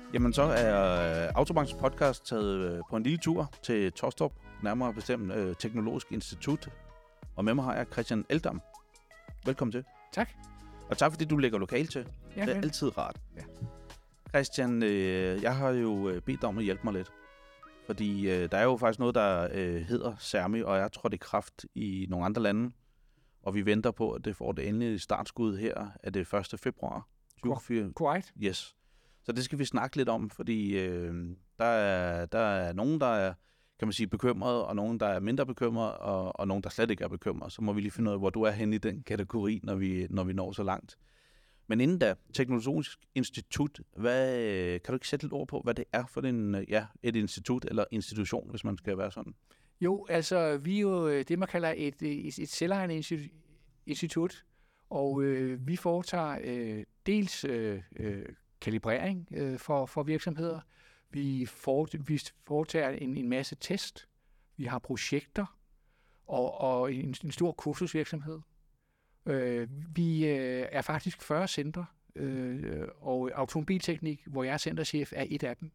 Jamen så er Autobanks podcast taget på en lille tur til Taastrup, nærmere bestemt Teknologisk Institut. Og med mig har jeg Christian Eldam. Velkommen til. Tak. Og tak fordi du lægger lokal til. Ja, det er altid rart. Ja. Christian, jeg har jo bedt dig om at hjælpe mig lidt. Fordi der er jo faktisk noget, der hedder CERMI, og jeg tror det er kraft i nogle andre lande. Og vi venter på, at det får det endelige startskud her af det 1. februar. Korrekt. Yes. Så det skal vi snakke lidt om, fordi der er nogen, der er, kan man sige, bekymrede, og nogen, der er mindre bekymrede, og nogen, der slet ikke er bekymrede. Så må vi lige finde ud af, hvor du er henne i den kategori, når vi når så langt. Men inden da, Teknologisk Institut, kan du ikke sætte lidt ord på, hvad det er for et institut eller institution, hvis man skal være sådan? Jo, altså vi er jo det, man kalder et selvejende institut, og vi foretager dels kalibrering for virksomheder. Vi foretager en masse test. Vi har projekter og en stor kursusvirksomhed. Vi er faktisk 40 centre, og automobilteknik, hvor jeg er centerchef, er et af dem.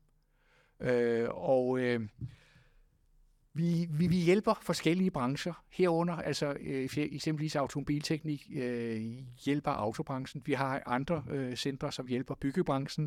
Vi hjælper forskellige brancher herunder, altså eksempelvis automobilteknik hjælper autobranchen. Vi har andre centre, som hjælper byggebranchen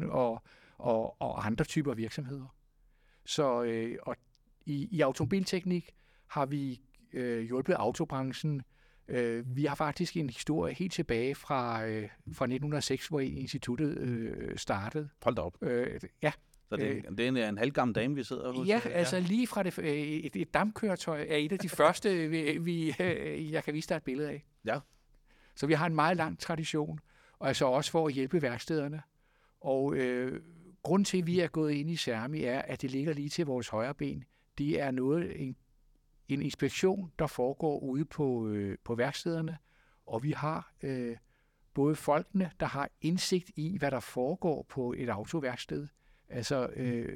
og andre typer virksomheder. Så og i automobilteknik har vi hjulpet autobranchen. Vi har faktisk en historie helt tilbage fra 1906, hvor instituttet startede. Hold da op. Ja. Så det er en halvgammel dame, vi sidder hos? Ja, altså lige fra et dampkøretøj er et af de første, jeg kan vise dig et billede af. Ja. Så vi har en meget lang tradition, og altså også for at hjælpe værkstederne. Og grunden til, at vi er gået ind i CERMI, er, at det ligger lige til vores højre ben. Det er en inspektion, der foregår ude på værkstederne, og vi har både folkene, der har indsigt i, hvad der foregår på et autoværksted. Altså,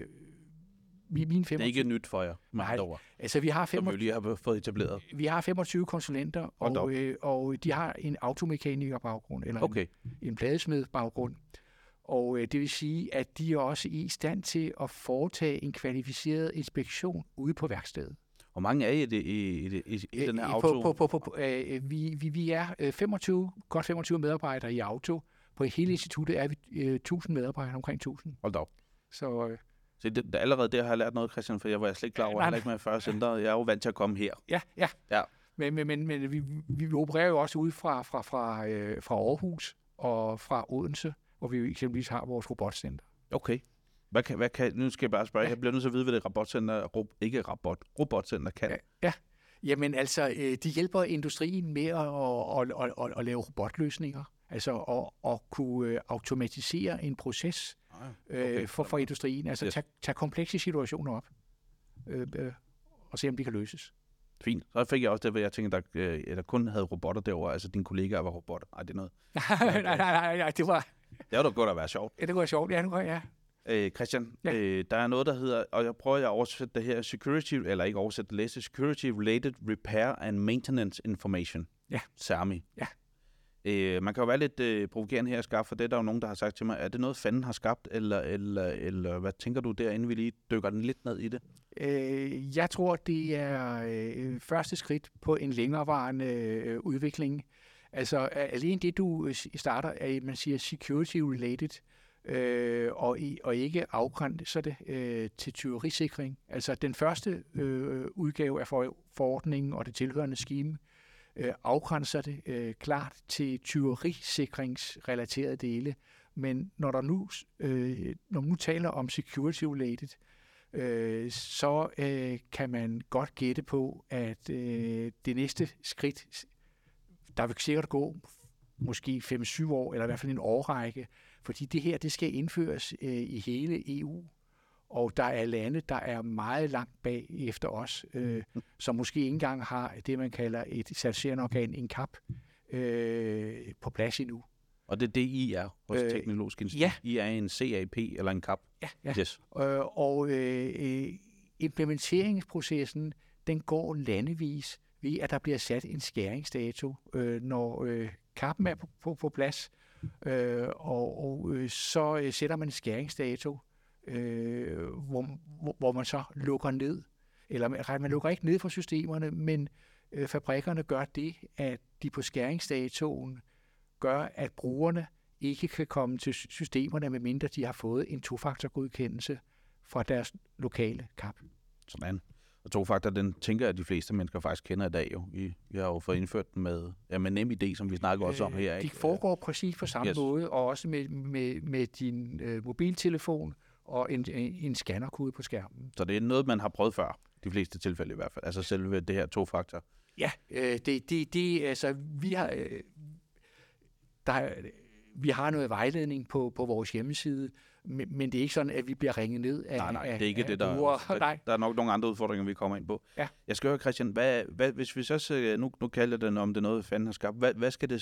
det er ikke nyt for jer, nej, altså vi har som vi lige har fået etableret. Vi har 25 konsulenter, og de har en automekanikerbaggrund, eller en pladesmedbaggrund. Og det vil sige, at de er også i stand til at foretage en kvalificeret inspektion ude på værkstedet. Hvor mange er I den her auto? Vi er godt 25 medarbejdere i auto. På hele instituttet er vi 1000 medarbejdere, omkring 1000. Hold da op. Så allerede der har jeg lært noget, Christian, for jeg var slet ikke klar over, heller ikke med 40 center. Jeg er jo vant til at komme her. Ja. Men vi opererer jo også ude fra Aarhus og fra Odense, hvor vi jo eksempelvis har vores robotcenter. Okay. Nu skal jeg bare spørge. Jeg bliver nødt til at vide, hvad det robotcenter kan. Ja. Jamen altså, de hjælper industrien med at lave robotløsninger. Altså at kunne automatisere en proces for industrien. Altså tage komplekse situationer op og se, om de kan løses. Fint. Så fik jeg også det, hvor jeg tænkte, der kun havde robotter derovre. Altså dine kollegaer var robotter. Ej, det er noget. Nej, det var... Det var da godt at være sjovt. Ja, det var sjovt. Ja, nu går jeg. Christian, der er noget, der hedder, og jeg prøver at oversætte det her, Security Related Repair and Maintenance Information. Ja. CERMI. Ja. Man kan jo være lidt provokerende her at skaffe, for det er der jo nogen, der har sagt til mig, er det noget fanden har skabt, eller hvad tænker du derinde, vi lige dykker den lidt ned i det? Jeg tror, det er første skridt på en længerevarende udvikling. Altså alene det, du starter, at man siger security related, og ikke afgrænser det til tyverisikring. Altså den første udgave af forordningen og det tilhørende scheme afgrænser det klart til tyverisikringsrelaterede dele. Men når man nu taler om security related, så kan man godt gætte på, at det næste skridt, der vil sikkert gå måske 5-7 år, eller i hvert fald en årrække, fordi det her, det skal indføres i hele EU, og der er lande, der er meget langt bag efter os, som måske ikke engang har det, man kalder et certificerende organ, en CAP, på plads endnu. Og det er det, I er hos Teknologisk Institut? Ja. I er en CAP eller en CAP? Ja. Yes. Implementeringsprocessen, den går landevis ved, at der bliver sat en skæringsdato, når CAP'en er på plads, og så sætter man en skæringsdato hvor man så lukker ned. Eller man lukker ikke ned for systemerne, men fabrikkerne gør det, at de på skæringsdatoen gør, at brugerne ikke kan komme til systemerne, medmindre de har fået en tofaktorgodkendelse fra deres lokale kap. Sådan. Og tofaktor, den tænker jeg, at de fleste mennesker faktisk kender i dag jo. Vi har jo fået indført den med NemID, som vi snakker også om her. De foregår præcis på samme måde, og også med din mobiltelefon og en scannerkode på skærmen. Så det er noget, man har prøvet før, de fleste tilfælde i hvert fald. Altså selve det her tofaktor. Ja, altså vi har noget vejledning på vores hjemmeside, men det er ikke sådan, at vi bliver ringet ned af Nej, det er ikke det, der er nok nogle andre udfordringer, vi kommer ind på. Ja. Jeg skal høre, Christian, hvis vi så, nu kalder det om det noget, fanden har skabt, hvad skal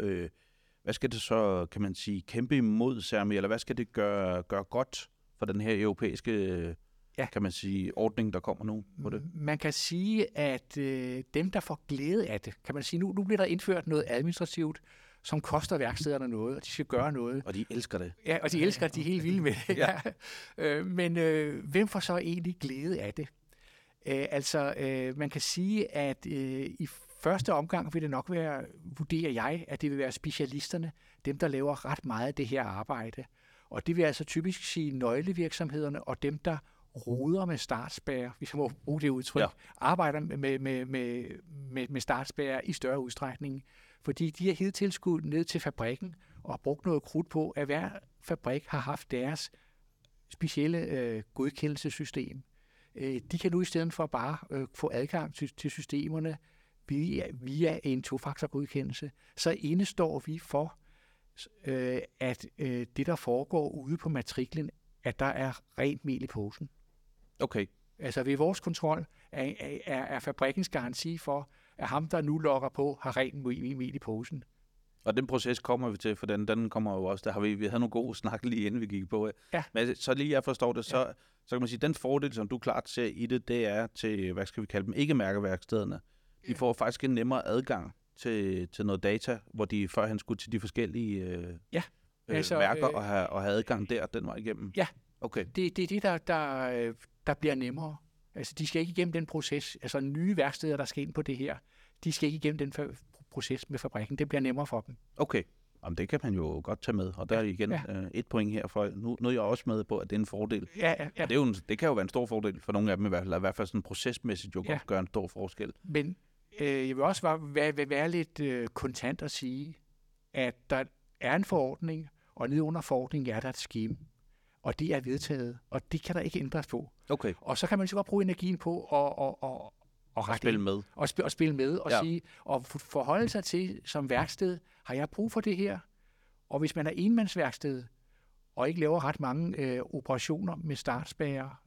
det så, kan man sige, kæmpe imod, Sermi, eller hvad skal det gøre godt for den her europæiske, kan man sige, ordning, der kommer nu på det? Man kan sige, at dem, der får glæde af det, kan man sige, nu bliver der indført noget administrativt, som koster værkstederne noget, og de skal gøre noget. Og de elsker det. Ja, og de elsker det, de er helt vilde med det. Ja. Men hvem får så egentlig glæde af det? Man kan sige, at i første omgang vil det nok være, vurderer jeg, at det vil være specialisterne, dem der laver ret meget af det her arbejde. Og det vil altså typisk sige nøglevirksomhederne og dem, der roder med startspærrer, hvis jeg må bruge det udtryk, arbejder med startspærrer i større udstrækning. Fordi de har hidtil skudt ned til fabrikken og har brugt noget krudt på, at hver fabrik har haft deres specielle godkendelsessystem. De kan nu i stedet for bare få adgang til systemerne via en tofaktorgodkendelse. Så indestår vi for, at det, der foregår ude på matriklen, at der er rent mel i posen. Okay. Altså ved vores kontrol er fabrikkens garanti for, at ham, der nu logger på, har rent mel i posen. Og den proces kommer vi til, for den kommer jo også. Der har vi havde nogle gode snak lige inden vi gik på. Ja. Men så lige jeg forstår det, så kan man sige, den fordel, som du klart ser i det, det er til, hvad skal vi kalde dem, ikke-mærkeværkstederne. De får faktisk en nemmere adgang til noget data, hvor de førhen skulle til de forskellige mærker og have adgang den vej igennem. Ja, okay. Det er det, der bliver nemmere. Altså, de skal ikke igennem den proces. Altså, nye værksteder, der skal ind på det her, de skal ikke igennem den proces med fabrikken. Det bliver nemmere for dem. Okay. Jamen, det kan man jo godt tage med. Og der er igen et point her, for nu er jeg også med på, at det er en fordel. Ja. Og det kan jo være en stor fordel for nogle af dem i hvert fald sådan procesmæssigt jo godt gøre en stor forskel. Men jeg vil også være lidt kontant at sige, at der er en forordning, og nede under forordningen er der et scheme. Og det er vedtaget, og det kan der ikke ændres på. Okay. Og så kan man så godt bruge energien på at spille med. Og spille med og sige, og forholde sig til som værksted, har jeg brug for det her? Og hvis man er enmandsværksted, og ikke laver ret mange operationer med startspærrer,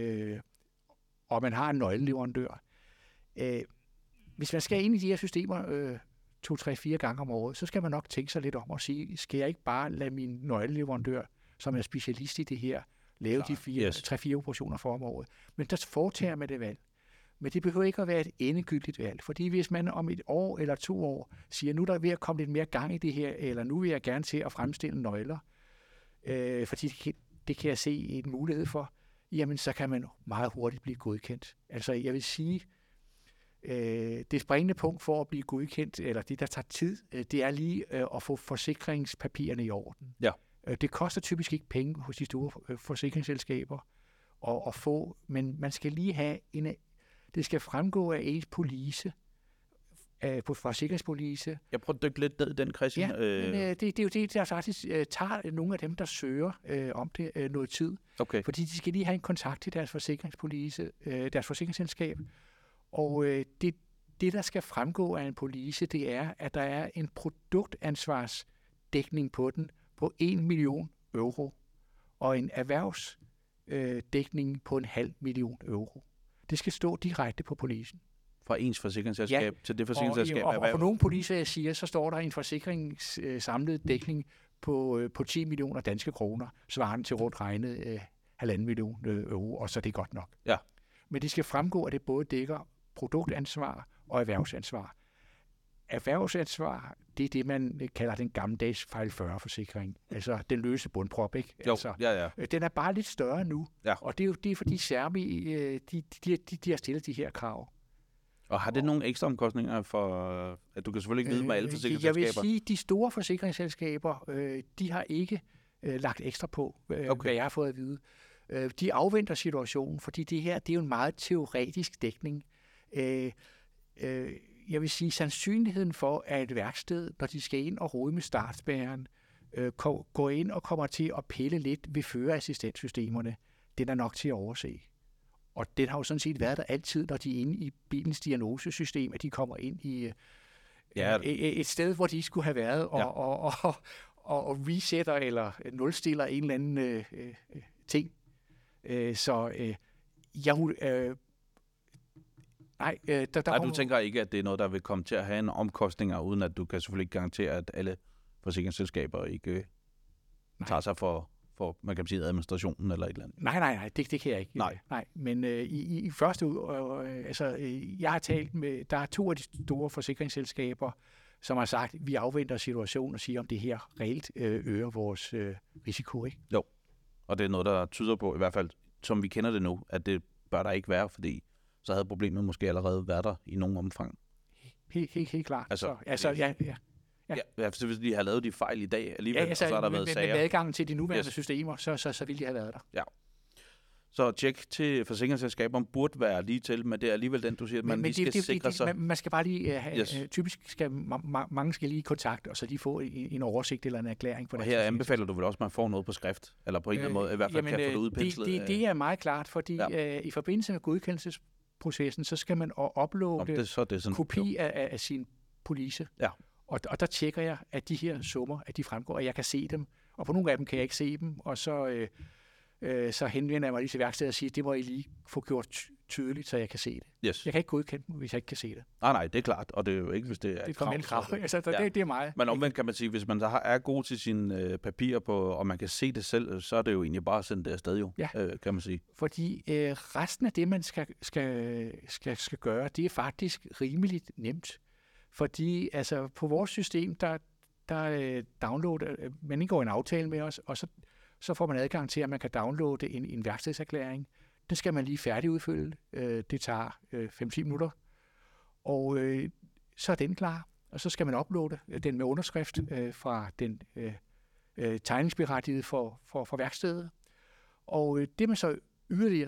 og man har en nøgleleverandør, hvis man skal ind i de her systemer 2, 3, 4 gange om året, så skal man nok tænke sig lidt om og sige, skal jeg ikke bare lade min nøgleleverandør, som er specialist i det her, lave de 3-4 operationer for om året. Men der foretager man det valg. Men det behøver ikke at være et endegyldigt valg, fordi hvis man om 1 år eller 2 år siger, nu er der ved at komme lidt mere gang i det her, eller nu vil jeg gerne til at fremstille nøgler, fordi det kan jeg se en mulighed for, jamen så kan man meget hurtigt blive godkendt. Altså jeg vil sige, det springende punkt for at blive godkendt, eller det der tager tid, det er lige at få forsikringspapirerne i orden. Ja. Det koster typisk ikke penge hos de store forsikringsselskaber at få, men man skal lige have det skal fremgå af ens police, på forsikringspolice. Jeg prøver at dykke lidt ned i den, Christian. Ja, men det er jo det, der faktisk tager nogle af dem, der søger om det noget tid. Okay. Fordi de skal lige have en kontakt til deres forsikringspolice, deres forsikringsselskab. Og det, der skal fremgå af en police, det er, at der er en produktansvarsdækning på den på 1 million euro, og en erhvervsdækning på 500.000 euro. Det skal stå direkte på policen. Fra ens forsikringsselskab til det forsikringsselskab. Og for nogle policer, jeg siger, så står der en forsikringssamlet dækning på 10 millioner danske kroner, svarende til rundt regnet 1,5 million euro, og så er det godt nok. Ja. Men det skal fremgå, at det både dækker produktansvar og erhvervsansvar. erhvervsansvar, det er det, man kalder den gammeldags fejl 40-forsikring. Altså den løse bundprop, ikke? Jo, altså, ja. Den er bare lidt større nu, Ja. og det er fordi Sermi, de har stillet de her krav. Og har det nogle ekstra omkostninger for, at du kan selvfølgelig ikke vide med alle forsikringsselskaber? Jeg vil sige, at de store forsikringsselskaber, de har ikke lagt ekstra på, hvad jeg har fået at vide. De afventer situationen, fordi det her, det er jo en meget teoretisk dækning. Jeg vil sige, sandsynligheden for, at et værksted, når de skal ind og rode med startspærren, går ind og kommer til at pille lidt ved førerassistentsystemerne, den er nok til at overse. Og den har jo sådan set været der altid, når de er inde i bilens diagnosesystem, at de kommer ind i et sted, hvor de skulle have været, og resetter eller nulstiller en eller anden ting. Du tænker ikke, at det er noget, der vil komme til at have en omkostninger, uden at du kan selvfølgelig ikke garantere, at alle forsikringsselskaber ikke tager sig for man kan sige, administrationen eller et eller andet? Nej, det kan jeg ikke. Nej. Men i første jeg har talt med, der er 2 af de store forsikringsselskaber, som har sagt, at vi afventer situationen og siger, om det her reelt øger vores risiko, ikke? Jo, og det er noget, der tyder på, i hvert fald som vi kender det nu, at det bør der ikke være, fordi så havde problemet måske allerede været der i nogen omfang. Helt klart. Ja, hvis de har lavet de fejl i dag alligevel, og så har der været sager. Med adgangen til de nuværende systemer, så ville de have været der. Ja. Så tjek til forsikringsselskaberne burde være lige til, men det er alligevel den, du siger, at man lige skal sikre sig. Man skal bare lige have, typisk skal mange skal lige i kontakt, og så lige få en oversigt eller en erklæring. Og her anbefaler du vel også, at man får noget på skrift, eller på en eller anden måde, i hvert fald kan få det udpenslet. Det er meget klart, fordi i forbindelse med godkendelsesprocessen, så skal man uploade kopi af sin police. Ja. Og der tjekker jeg, at de her summer, at de fremgår, og jeg kan se dem. Og på nogle af dem kan jeg ikke se dem, og så henvender jeg mig lige til værkstedet og siger, det må I lige få gjort tydeligt, så jeg kan se det. Yes. Jeg kan ikke godkende dem, hvis jeg ikke kan se det. Nej, det er klart, og det er jo ikke, hvis det er et krav. Altså, det er meget. Men omvendt kan man sige, hvis man så er god til sine papirer på, og man kan se det selv, så er det jo egentlig bare at sende det afsted jo, kan man sige. Fordi resten af det, man skal gøre, det er faktisk rimeligt nemt. Fordi altså, på vores system, der downloader, man indgår en aftale med os, og så får man adgang til, at man kan downloade en værkstedserklæring. Den skal man lige færdigudfylde. Det tager 5-10 minutter. Og så er den klar. Og så skal man uploade den med underskrift fra den tegningsberettigede for værkstedet. Og det man så yderligere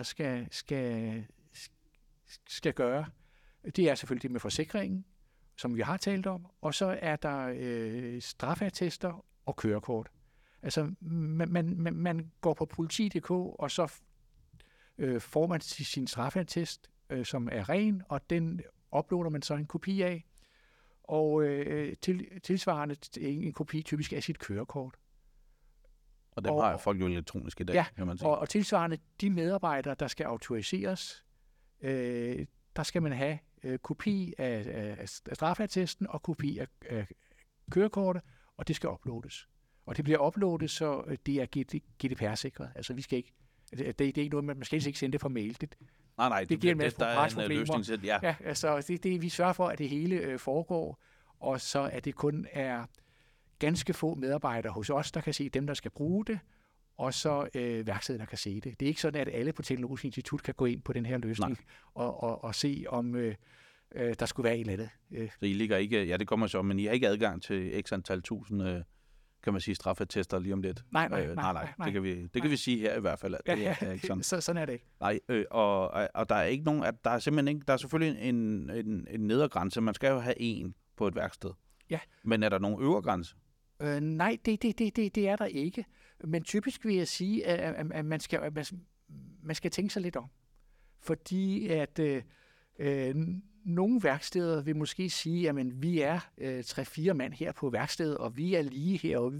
skal gøre, det er selvfølgelig det med forsikringen, som vi har talt om, og så er der straffeattester og kørekort. Altså, man går på politi.dk, og så får man sin straffeattest, som er ren, og den uploader man så en kopi af, og tilsvarende en kopi typisk af sit kørekort. Og dem har folk jo elektronisk i dag, kan man sige. Og tilsvarende de medarbejdere, der skal autoriseres, der skal man have kopi af straffeattesten og kopi af kørekortet, og det skal uploades. Og det bliver uploadet, så det er GDPR-sikret. Altså vi skal ikke, det er ikke noget, man skal ikke sende det for mail. Nej, det giver en masse der er en løsning til, ja, altså vi sørger for, at det hele foregår, og så at det kun er ganske få medarbejdere hos os, der kan se dem, der skal bruge det, og så værkstedet, der kan se det. Det er ikke sådan, at alle på Teknologisk Institut kan gå ind på den her løsning og se, om der skulle være en eller andet. Så I ligger ikke, det kommer så, men I har ikke adgang til x antal tusind, kan man sige, straffetester lige om lidt? Nej. Det kan vi sige her i hvert fald, at det er ikke sådan. Sådan er det ikke. Nej, og der er ikke nogen, der er simpelthen ikke, der er selvfølgelig en nedergrænse. Man skal jo have en på et værksted. Ja. Men er der nogen øvre grænse? Nej, det er der ikke. Men typisk vil jeg sige, at man skal tænke sig lidt om. Fordi at nogle værksteder vil måske sige, at vi er 3-4 mand her på værkstedet, og vi er lige her, og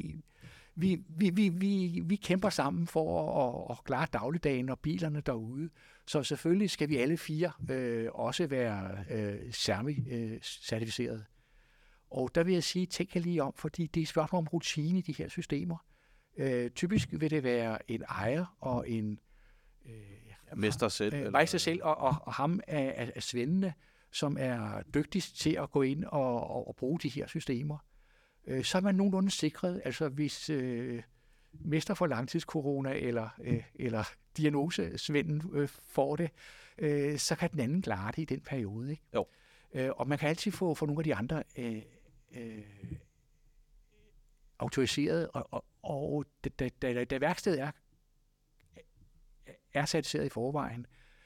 vi kæmper sammen for at klare dagligdagen og bilerne derude. Så selvfølgelig skal vi alle 4 også være Sermi-certificeret. Og der vil jeg sige, tænk jer lige om, fordi det er spørgsmål om rutine i de her systemer. Typisk vil det være en ejer og en mester selv. Mester selv, og ham er svendene, som er dygtigst til at gå ind og bruge de her systemer, så er man nogenlunde sikret. Altså hvis mester for langtidskorona eller diagnosesvenden får det, så kan den anden klare det i den periode. Ikke? Jo. Og man kan altid få nogle af de andre autoriseret, og da værkstedet er certificeret i forvejen,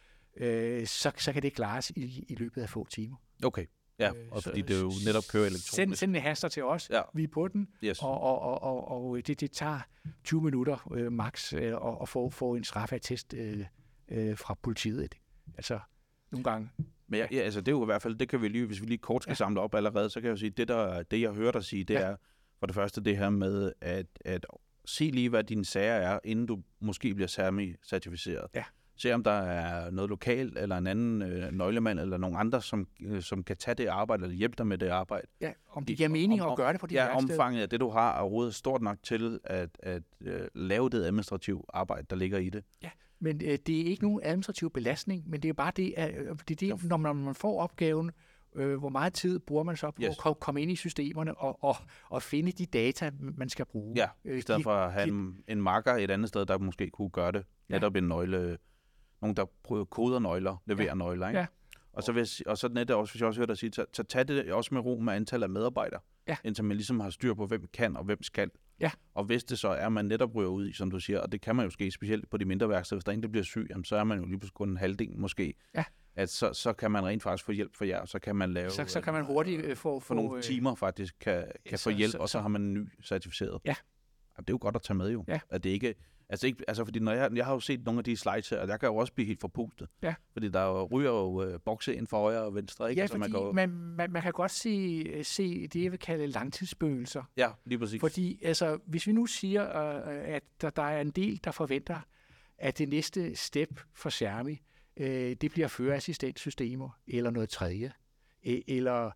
så kan det klares i løbet af få timer. Okay, ja, og fordi det jo netop kører elektronisk. Send en haster til os, vi er på den, yes. og det tager 20 minutter max at få en straffeattest fra politiet. Altså, nogle gange. Men ja, altså det er jo i hvert fald, det kan vi lige, hvis vi lige kort skal samle op allerede, så kan jeg jo sige, det jeg hører dig sige, det er for det første det her med, at se lige, hvad dine sager er, inden du måske bliver SAMI-certificeret. Ja. Se om der er noget lokalt, eller en anden nøglemand, eller nogen andre, som kan tage det arbejde, eller hjælpe dig med det arbejde. Ja, om det giver mening at gøre det på dit værksted. Omfanget af det, du har, er overhovedet stort nok til at lave det administrative arbejde, der ligger i det. Ja, men det er ikke nogen administrativ belastning, men det er bare det, når man får opgaven, hvor meget tid bruger man så på at komme ind i systemerne og finde de data, man skal bruge. Ja, i stedet for at have en marker et andet sted, der måske kunne gøre det. Netop en nøgle, nogen der prøver koder nøgler, leverer nøgler, ikke? Ja. Og så netop også, hvis jeg også hører dig sige, så tag det også med ro med antallet af medarbejdere, indtil man ligesom har styr på, hvem kan og hvem skal. Ja. Og hvis det så er, man netop ryger ud i, som du siger, og det kan man jo ske specielt på de mindre værksteder, hvis der er en, der bliver syg, jamen, så er man jo lige pludselig kun en halvdel måske. Ja. At så kan man rent faktisk få hjælp for jer, og så kan man lave... Så kan man hurtigt få nogle timer faktisk kan få hjælp, og så har man en ny certificeret. Ja. Og det er jo godt at tage med jo. Ja. At det ikke... Altså fordi når jeg har jo set nogle af de slides her, og jeg kan jo også blive helt forpustet. Ja. Fordi der ryger jo bokse ind for højre og venstre, ikke? Ja, fordi man kan godt se det, jeg vil kalde langtidsspøgelser. Ja, lige præcis. Fordi altså, hvis vi nu siger, at der er en del, der forventer, at det næste step for SAMI, det bliver førerassistentsystemer, eller noget tredje, eller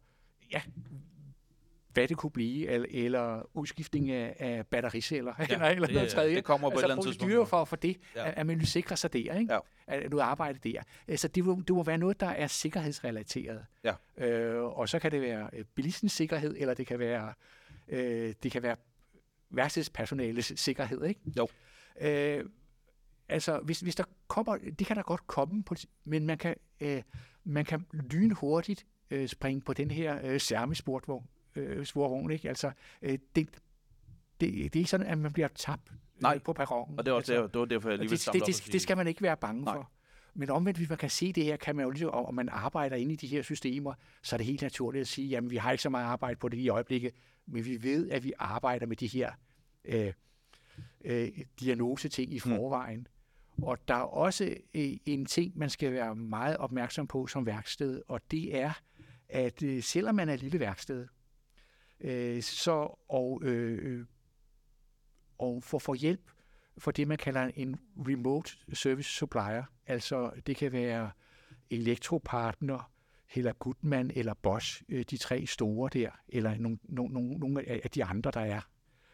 hvad det kunne blive, eller udskiftning af battericeller, eller noget tredje. Det kommer på et eller andet tidspunkt. Altså for det, at man vil sikre sig der, ikke? Ja. At noget arbejde der. Altså, det må være noget, der er sikkerhedsrelateret. Ja. Og så kan det være bilistens sikkerhed, eller det kan være værkstedspersonalets sikkerhed, ikke? Jo. Altså, hvis der kommer, det kan der godt komme, men man kan lynhurtigt springe på den her SAMI-sporvogn, ikke? Altså, det er ikke sådan, at man bliver tabt på perronen. Og det er også det var derfor, jeg lige vil samle op og sige. Det skal man ikke være bange for. Men omvendt, hvis man kan se det her, kan man jo lige, om man arbejder inde i de her systemer, så er det helt naturligt at sige, jamen vi har ikke så meget arbejde på det i øjeblikket, men vi ved, at vi arbejder med de her diagnoseting i forvejen. Og der er også en ting, man skal være meget opmærksom på som værksted, og det er, at selvom man er et lille værksted, og får hjælp for det, man kalder en remote service supplier, altså det kan være Elektropartner, eller Goodman, eller Bosch, de tre store der, eller nogle af de andre, der er.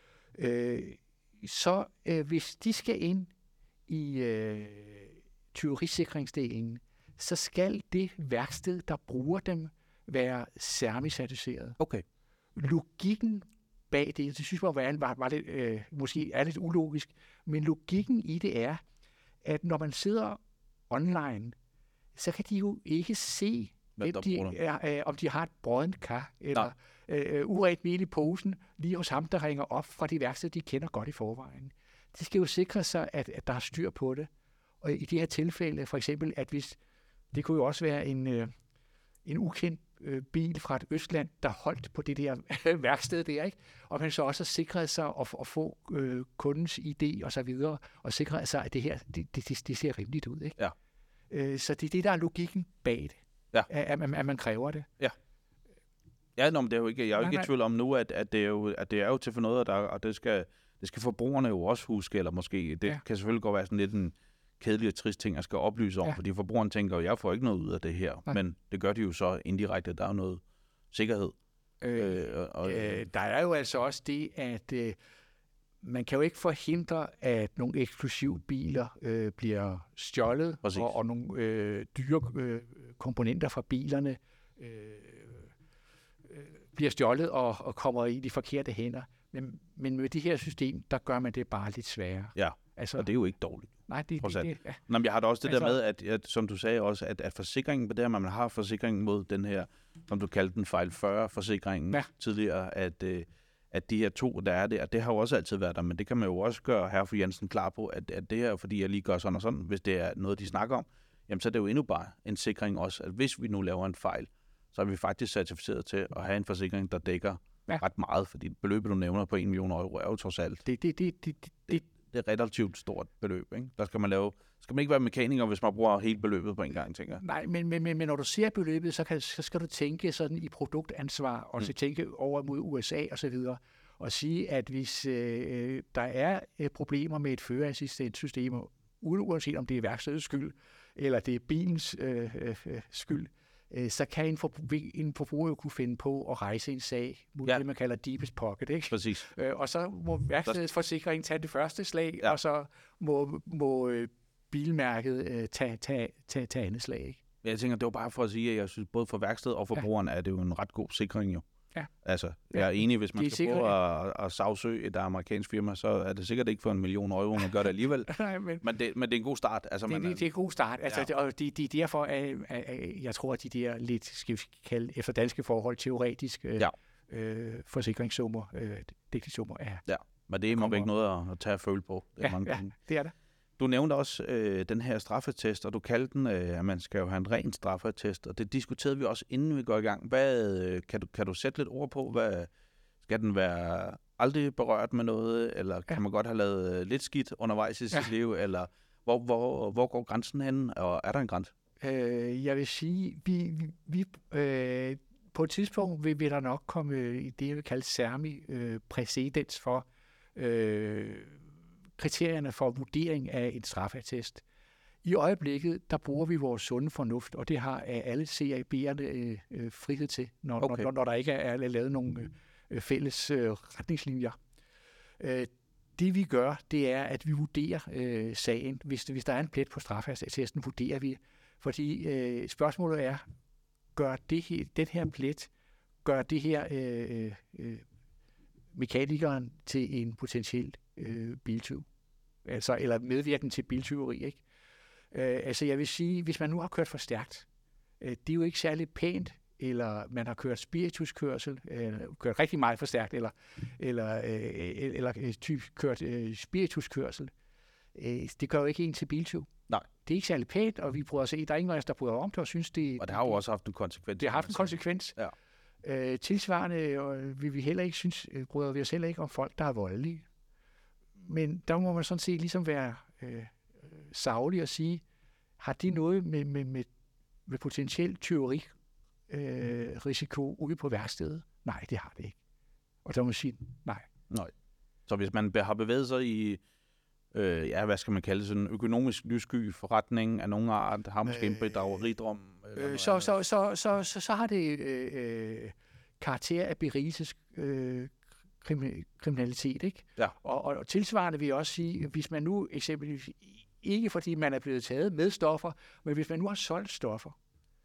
Så hvis de skal ind i tyverisikringsdelen, så skal det værksted, der bruger dem, være SAMI-certificeret. Okay. Logikken bag det synes jeg var lidt, måske er lidt ulogisk, men logikken i det er, at når man sidder online, så kan de jo ikke se, om de har et broddent kar, eller urent mel i posen, lige hos ham, der ringer op fra de værksted, de kender godt i forvejen. Det skal jo sikre sig, at der er styr på det. Og i det her tilfælde, for eksempel, at hvis det kunne jo også være en ukendt bil fra et Østland, der holdt på det der værksted der, ikke? Og man så også har sikret sig at få kundens ID og så videre, og sikret sig, at det her, det ser rimeligt ud, ikke? Ja. Så det er det, der er logikken bag det. Ja. At man kræver det. Ja. Ja, men det er jo ikke, jeg er jo ikke i tvivl om nu, at det er jo til for noget, og det skal forbrugerne jo også huske, eller måske, det kan selvfølgelig godt være sådan lidt en kedelig og trist ting, jeg skal oplyse om, fordi forbrugeren tænker, jeg får ikke noget ud af det her, men det gør de jo så indirekte, der er jo noget sikkerhed. Der er jo altså også det, at man kan jo ikke forhindre, at nogle eksklusive biler bliver stjålet, og nogle dyre komponenter fra bilerne bliver stjålet og kommer i de forkerte hænder. Men med det her system, der gør man det bare lidt sværere. Ja, altså, og det er jo ikke dårligt. Nej, det ja. Nå, jeg har da også det der med, at som du sagde også, at forsikringen, på det her, man har forsikringen mod den her, som du kaldte den fejl 40-forsikringen tidligere, at de her to, der er der, det har jo også altid været der, men det kan man jo også gøre her for Jensen klar på, at det her, fordi jeg lige gør sådan og sådan, hvis det er noget, de snakker om, jamen så er det jo endnu bare en sikring også, at hvis vi nu laver en fejl, så er vi faktisk certificeret til at have en forsikring, der dækker ret meget, fordi beløbet, du nævner på 1 million euro, er jo trods alt. Det er et relativt stort beløb, ikke? Der skal man ikke være mekaniker, hvis man bruger hele beløbet på en gang, tænker jeg. Nej, men når du ser beløbet, så skal du tænke sådan i produktansvar, og så tænke over mod USA og så videre, og sige, at hvis der er problemer med et førerassistentsystem, uanset om det er værkstedets skyld, eller det er bilens skyld, så kan en forbruger jo kunne finde på at rejse en sag mod det, man kalder deepest pocket, ikke? Præcis. Og så må værkstedets forsikring tage det første slag, og så må bilmærket tage andet slag, ikke? Jeg tænker, det var bare for at sige, at jeg synes, både for værkstedet og forbrugeren er det jo en ret god sikring, jo. Ja. Altså, jeg er enig, hvis man skal prøve at sagsøge et amerikansk firma, så er det sikkert ikke for 1 million euro, man gør det alligevel. Nej, men det er en god start. Altså, det er en god start. Altså, og de derfor, jeg tror, at de der lidt, skal vi kalde efter danske forhold, teoretisk forsikringssummer, dækningssummer er. Ja, men det er måske ikke noget at tage og føle på. Det er det. Du nævnte også den her straffetest, og du kaldte den, at man skal jo have en ren straffetest, og det diskuterede vi også, inden vi går i gang. Kan du sætte lidt ord på, skal den være aldrig berørt med noget, eller kan man godt have lavet lidt skidt undervejs i sit liv, eller hvor går grænsen hen, og er der en grænse? Jeg vil sige, vi på et tidspunkt vil der nok komme i det, jeg vil kalde præcedens for kriterierne for vurdering af en straffeattest. I øjeblikket, der bruger vi vores sunde fornuft, og det har alle CAB'erne frihed til, når der ikke er lavet nogle fælles retningslinjer. Det vi gør, det er, at vi vurderer sagen. Hvis der er en plet på straffeattesten, vurderer vi. Fordi spørgsmålet er, gør den her plet, gør det her mekanikeren til en potentiel biltyv, altså, eller medvirken til biltyveri, ikke? Altså jeg vil sige, hvis man nu har kørt for stærkt, det er jo ikke særlig pænt, eller man har kørt spirituskørsel, kørt rigtig meget for stærkt, eller typisk kørt spirituskørsel, det gør jo ikke en til biltyv. Nej. Det er ikke særlig pænt, og vi prøver at se, der er ingen af os, der prøver om det, og synes det. Og det har jo også haft en konsekvens. Det har haft en konsekvens. Ja. Tilsvarende vil vi heller ikke bryder vi os heller ikke om folk, der er voldelige. Men der må man sådan set ligesom være saglig og sige, har de noget med potentiel tyveri-risiko ude på værkstedet? Nej, det har det ikke. Og der må man sige, nej. Så hvis man har bevæget sig i, hvad skal man kalde det, sådan en økonomisk lyssky forretning af nogen art, har måske en bedrageridrom? Så har det karakter af berigelses kriminalitet, ikke? Ja. Og tilsvarende vil jeg også sige, hvis man nu eksempelvis, ikke fordi man er blevet taget med stoffer, men hvis man nu har solgt stoffer,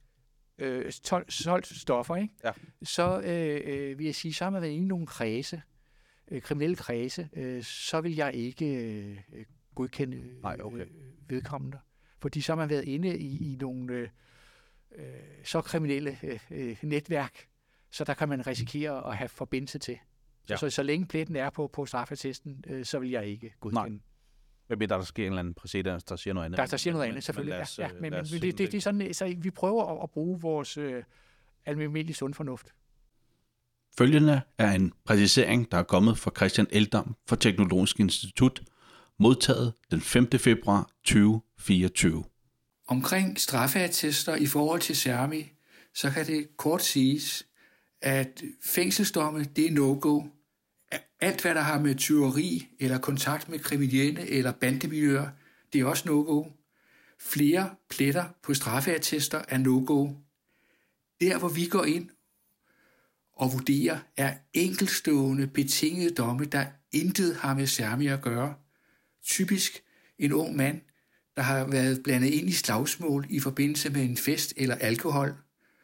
ikke? Ja. Så vil jeg sige, så har man været inde i nogle kredse, kriminelle kredse, så vil jeg ikke godkende vedkommende. Fordi så har man været inde i nogle så kriminelle netværk, så der kan man risikere at have forbindelse til. Ja. Så længe pletten er på straffeattesten, så vil jeg ikke godkende. Nej. Hvad der sker en eller anden præcedens, der siger noget andet? Der siger noget andet, selvfølgelig. Men det er sådan, så vi prøver at bruge vores almindelige sund fornuft. Følgende er en præcisering, der er kommet fra Christian Eldam fra Teknologisk Institut, modtaget den 5. februar 2024. Omkring straffeattester i forhold til CERMI, så kan det kort siges, at fængselsdomme, det er no-go. Alt, hvad der har med tyveri eller kontakt med kriminelle eller bandemiljøer, det er også no-go. Flere pletter på straffeattester er no-go. Der, hvor vi går ind og vurderer, er enkeltstående betingede domme, der intet har med CERMI at gøre. Typisk en ung mand, der har været blandet ind i slagsmål i forbindelse med en fest eller alkohol,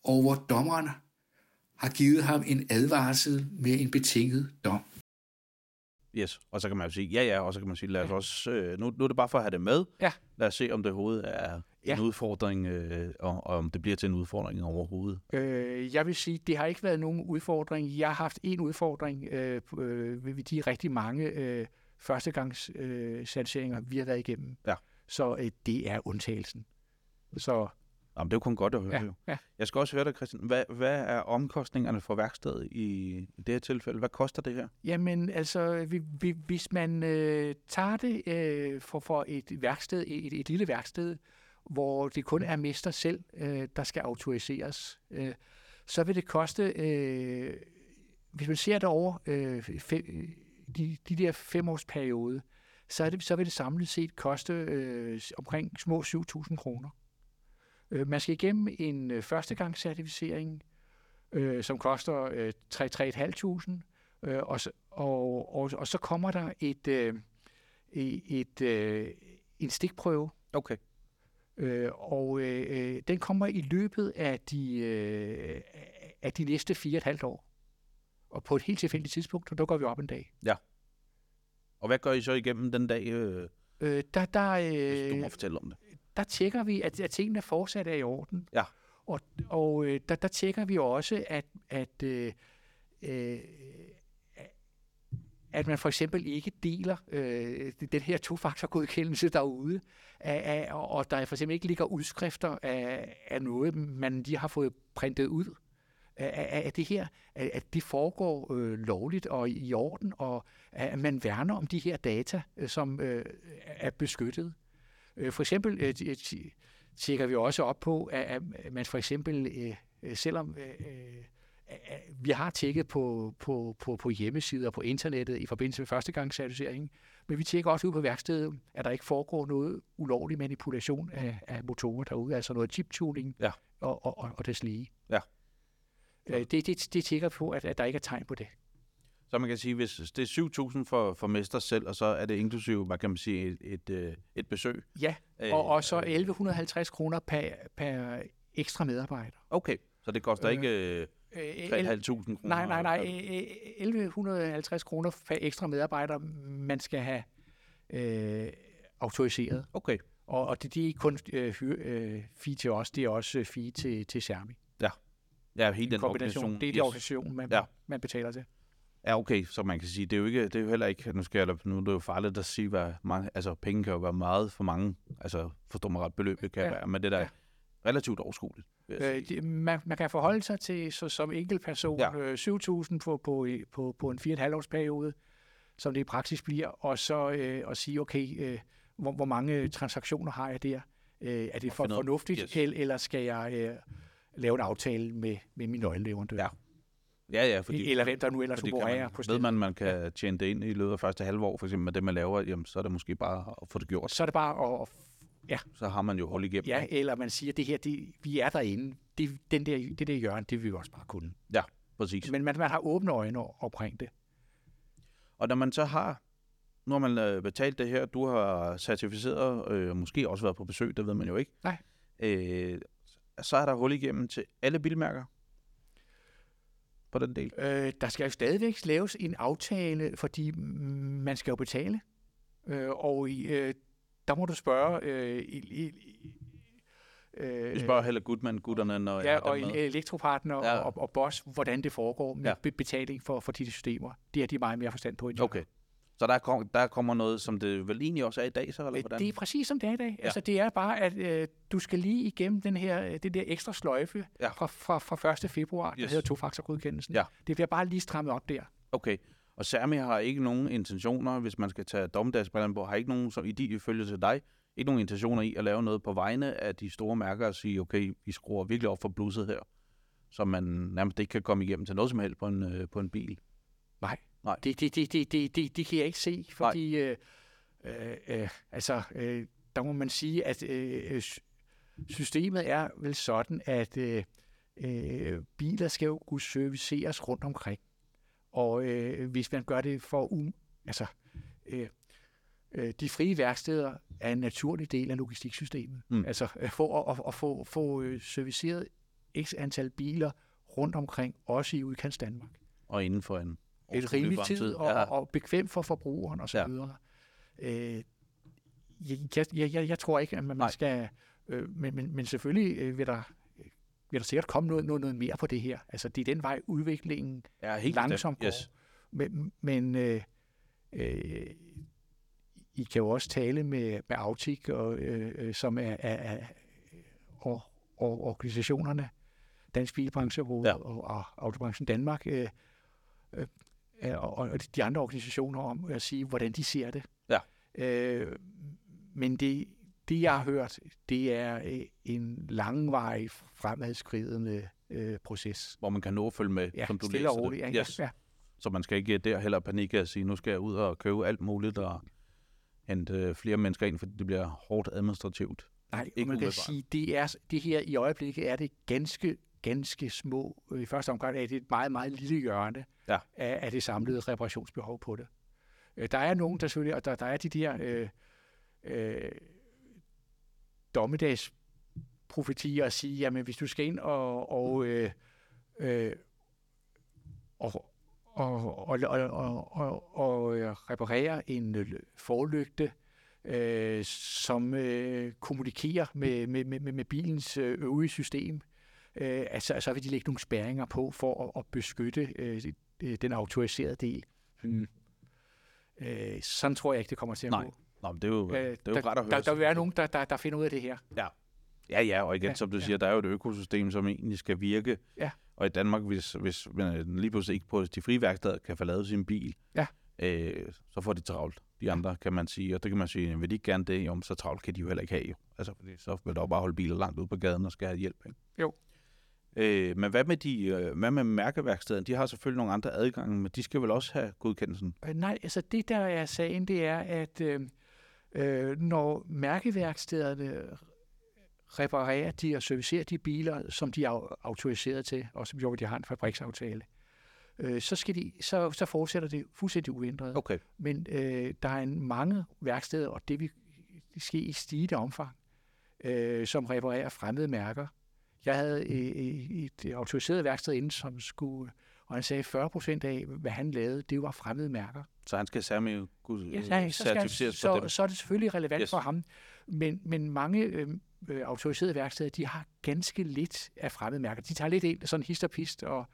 og hvor dommeren har givet ham en advarsel med en betinget dom. Yes, og så kan man jo sige, og så kan man sige, lad os også, nu er det bare for at have det med. Ja. Lad os se, om det overhovedet er en udfordring, og om det bliver til en udfordring overhovedet. Jeg vil sige, det har ikke været nogen udfordring. Jeg har haft en udfordring ved de rigtig mange førstegangscertificeringer, vi har været igennem. Ja. Så det er undtagelsen. Så Jamen, det er jo kun godt at høre. Ja. Jeg skal også høre dig, Christian. Hvad er omkostningerne for værkstedet i det her tilfælde? Hvad koster det her? Jamen, altså, hvis man tager det for et værksted, et lille værksted, hvor det kun er mester selv, der skal autoriseres, så vil det koste, hvis man ser det over de der 5 års periode, så vil det samlet set koste omkring små 7.000 kroner. Man skal igennem en førstegangscertificering, som koster 3.500, og så kommer der en stikprøve. Okay. Den kommer i løbet af de næste 4,5 år. Og på et helt tilfældigt tidspunkt, og der går vi op en dag. Ja. Og hvad gør I så igennem den dag? Hvis du må fortælle om det. Der tjekker vi, at tingene fortsat er i orden. Ja. Og der tjekker vi også, at man for eksempel ikke deler den her tofaktorgodkendelse derude, og der for eksempel ikke ligger udskrifter af noget, man lige har fået printet ud af det her, at det foregår lovligt og i orden, og at man værner om de her data, som er beskyttet. For eksempel tjekker vi også op på, at man for eksempel, selvom vi har tjekket på hjemmesider på internettet i forbindelse med førstegangscertificeringen, men vi tjekker også ud på værkstedet, at der ikke foregår noget ulovlig manipulation af motorer derude, altså noget chiptuning og deslige. Ja. Det tjekker på, at der ikke er tegn på det. Så man kan sige, hvis det er 7.000 for mester selv, og så er det inklusive, hvad kan man sige, et besøg. Ja, og så 1.150 kroner per ekstra medarbejder. Okay, så det koster ikke 3.500 kroner? Nej, 1.150 kroner per ekstra medarbejder, man skal have autoriseret. Okay. Og det er ikke kun fee til os, det er også fee til Sermi. Ja, helt den organisation. Det er den organisation, man betaler til. Ja, okay, så man kan sige, det er jo heller ikke, nu er det jo farligt at sige, hvad mange, altså penge kan jo være meget for mange, altså forstår mig ret, beløbet kan være, men det der er relativt overskueligt. Man kan forholde sig til, som enkeltperson, 7.000 på en 4,5 års periode, som det i praksis bliver, og så at sige, okay, hvor mange transaktioner har jeg der? Er det for fornuftigt, eller skal jeg lave en aftale med min nøgleleverandør? Ja, fordi, eller hvem der nu ellers opererer på stedet. Ved man kan tjene det ind i løbet af første halve år, for eksempel med det, man laver, jamen, så er det måske bare at få det gjort. Så er det bare at så har man jo hul igennem. Ja, eller man siger, det her, vi er derinde. Det der hjørne, det vil vi også bare kunne. Ja, præcis. Men man har åbne øjne omkring det. Og når man så har, nu har man betalt det her, du har certificeret, måske også været på besøg, det ved man jo ikke. Nej. Så er der hul igennem til alle bilmærker på den del. Der skal jo stadigvæk laves en aftale, fordi man skal jo betale. Der må du spørge... Vi spørger heller gutterne, når jeg og Elektropartner og Bosch, hvordan det foregår med betaling for de systemer. Det er de meget mere forstand på. Okay. Så der kommer noget, som det vel egentlig også er i dag, så? Eller hvordan? Det er præcis som det er i dag. Ja. Altså, det er bare, at du skal lige igennem det der ekstra sløjfe fra 1. februar, der hedder tofaktorgodkendelsen. Ja. Det bliver bare lige strammet op der. Okay. Og Sermi har ikke nogen intentioner, hvis man skal tage dommedagsbrillerne på, har ikke nogen, som ifølge til dig, ikke nogen intentioner i at lave noget på vegne af de store mærker og sige, okay, vi skruer virkelig op for blusset her, så man nærmest ikke kan komme igennem til noget som helst på en bil. Nej. Det kan jeg ikke se, fordi der må man sige, at systemet er vel sådan, at biler skal jo kunne serviceres rundt omkring. Og hvis man gør det de frie værksteder er en naturlig del af logistiksystemet. Altså for at få serviceret x antal biler rundt omkring, også i udkants Danmark. Og inden for en et rimelig tid og bekvemt for forbrugeren og så videre. Jeg tror ikke, at man skal... Men selvfølgelig vil der sikkert komme noget mere på det her. Altså, det er den vej, udviklingen langsomt går. Yes. Men I kan jo også tale med Autic, som er organisationerne, Dansk Bilbrancheråd og Autobranchen Danmark, og de andre organisationer om at sige, hvordan de ser det. Ja. Men det, jeg har hørt, det er en langvarig fremadskridende proces. Hvor man kan nå at følge med, som du læser roligt, det. Yes. Ja. Så man skal ikke der heller panikke at sige, nu skal jeg ud og købe alt muligt og hente flere mennesker ind, fordi det bliver hårdt administrativt. Nej, man kan sige, det her i øjeblikket er det ganske små. I første omgang er det et meget, meget lille hjørne af det samlede reparationsbehov på det. Der er nogen, der selvfølgelig, og der er de der dommedagsprofetier at sige, jamen hvis du skal ind og reparere en forlygte, som kommunikerer med bilens øvrige system, så vil de lægge nogle spærringer på for at beskytte den autoriserede del. Sådan tror jeg ikke, det kommer til at gå. Nå, men det er jo ret at høre. Der vil være nogen, der finder ud af det her. Ja, og igen, som du siger, der er jo et økosystem, som egentlig skal virke. Ja. Og i Danmark, hvis man lige pludselig ikke på de frie værksteder kan få lavet sin bil, så får de travlt. De andre, kan man sige. Og det kan man sige, vil de ikke gerne det, så travlt kan de jo heller ikke have. Altså, så vil der jo bare holde biler langt ude på gaden og skal have hjælp. Ikke? Jo. Men hvad med mærkeværkstederne? De har selvfølgelig nogle andre adgange, men de skal vel også have godkendelsen? Nej, altså det der er sagen, det er, at når mærkeværkstederne reparerer de og servicerer de biler, som de er autoriseret til, og som jo de har en fabriksaftale, så fortsætter det fuldstændig uændret. Okay. Men der er mange værksteder, og det vil ske i stigende omfang, som reparerer fremmede mærker. Jeg havde et autoriseret værksted inden, som skulle, og han sagde 40% af, hvad han lavede, det var fremmede mærker. Så han skal særlig certificeres for dem? Så er det selvfølgelig relevant for ham. Men mange autoriserede værksteder, de har ganske lidt af fremmede mærker. De tager lidt ind, sådan hist og pist, og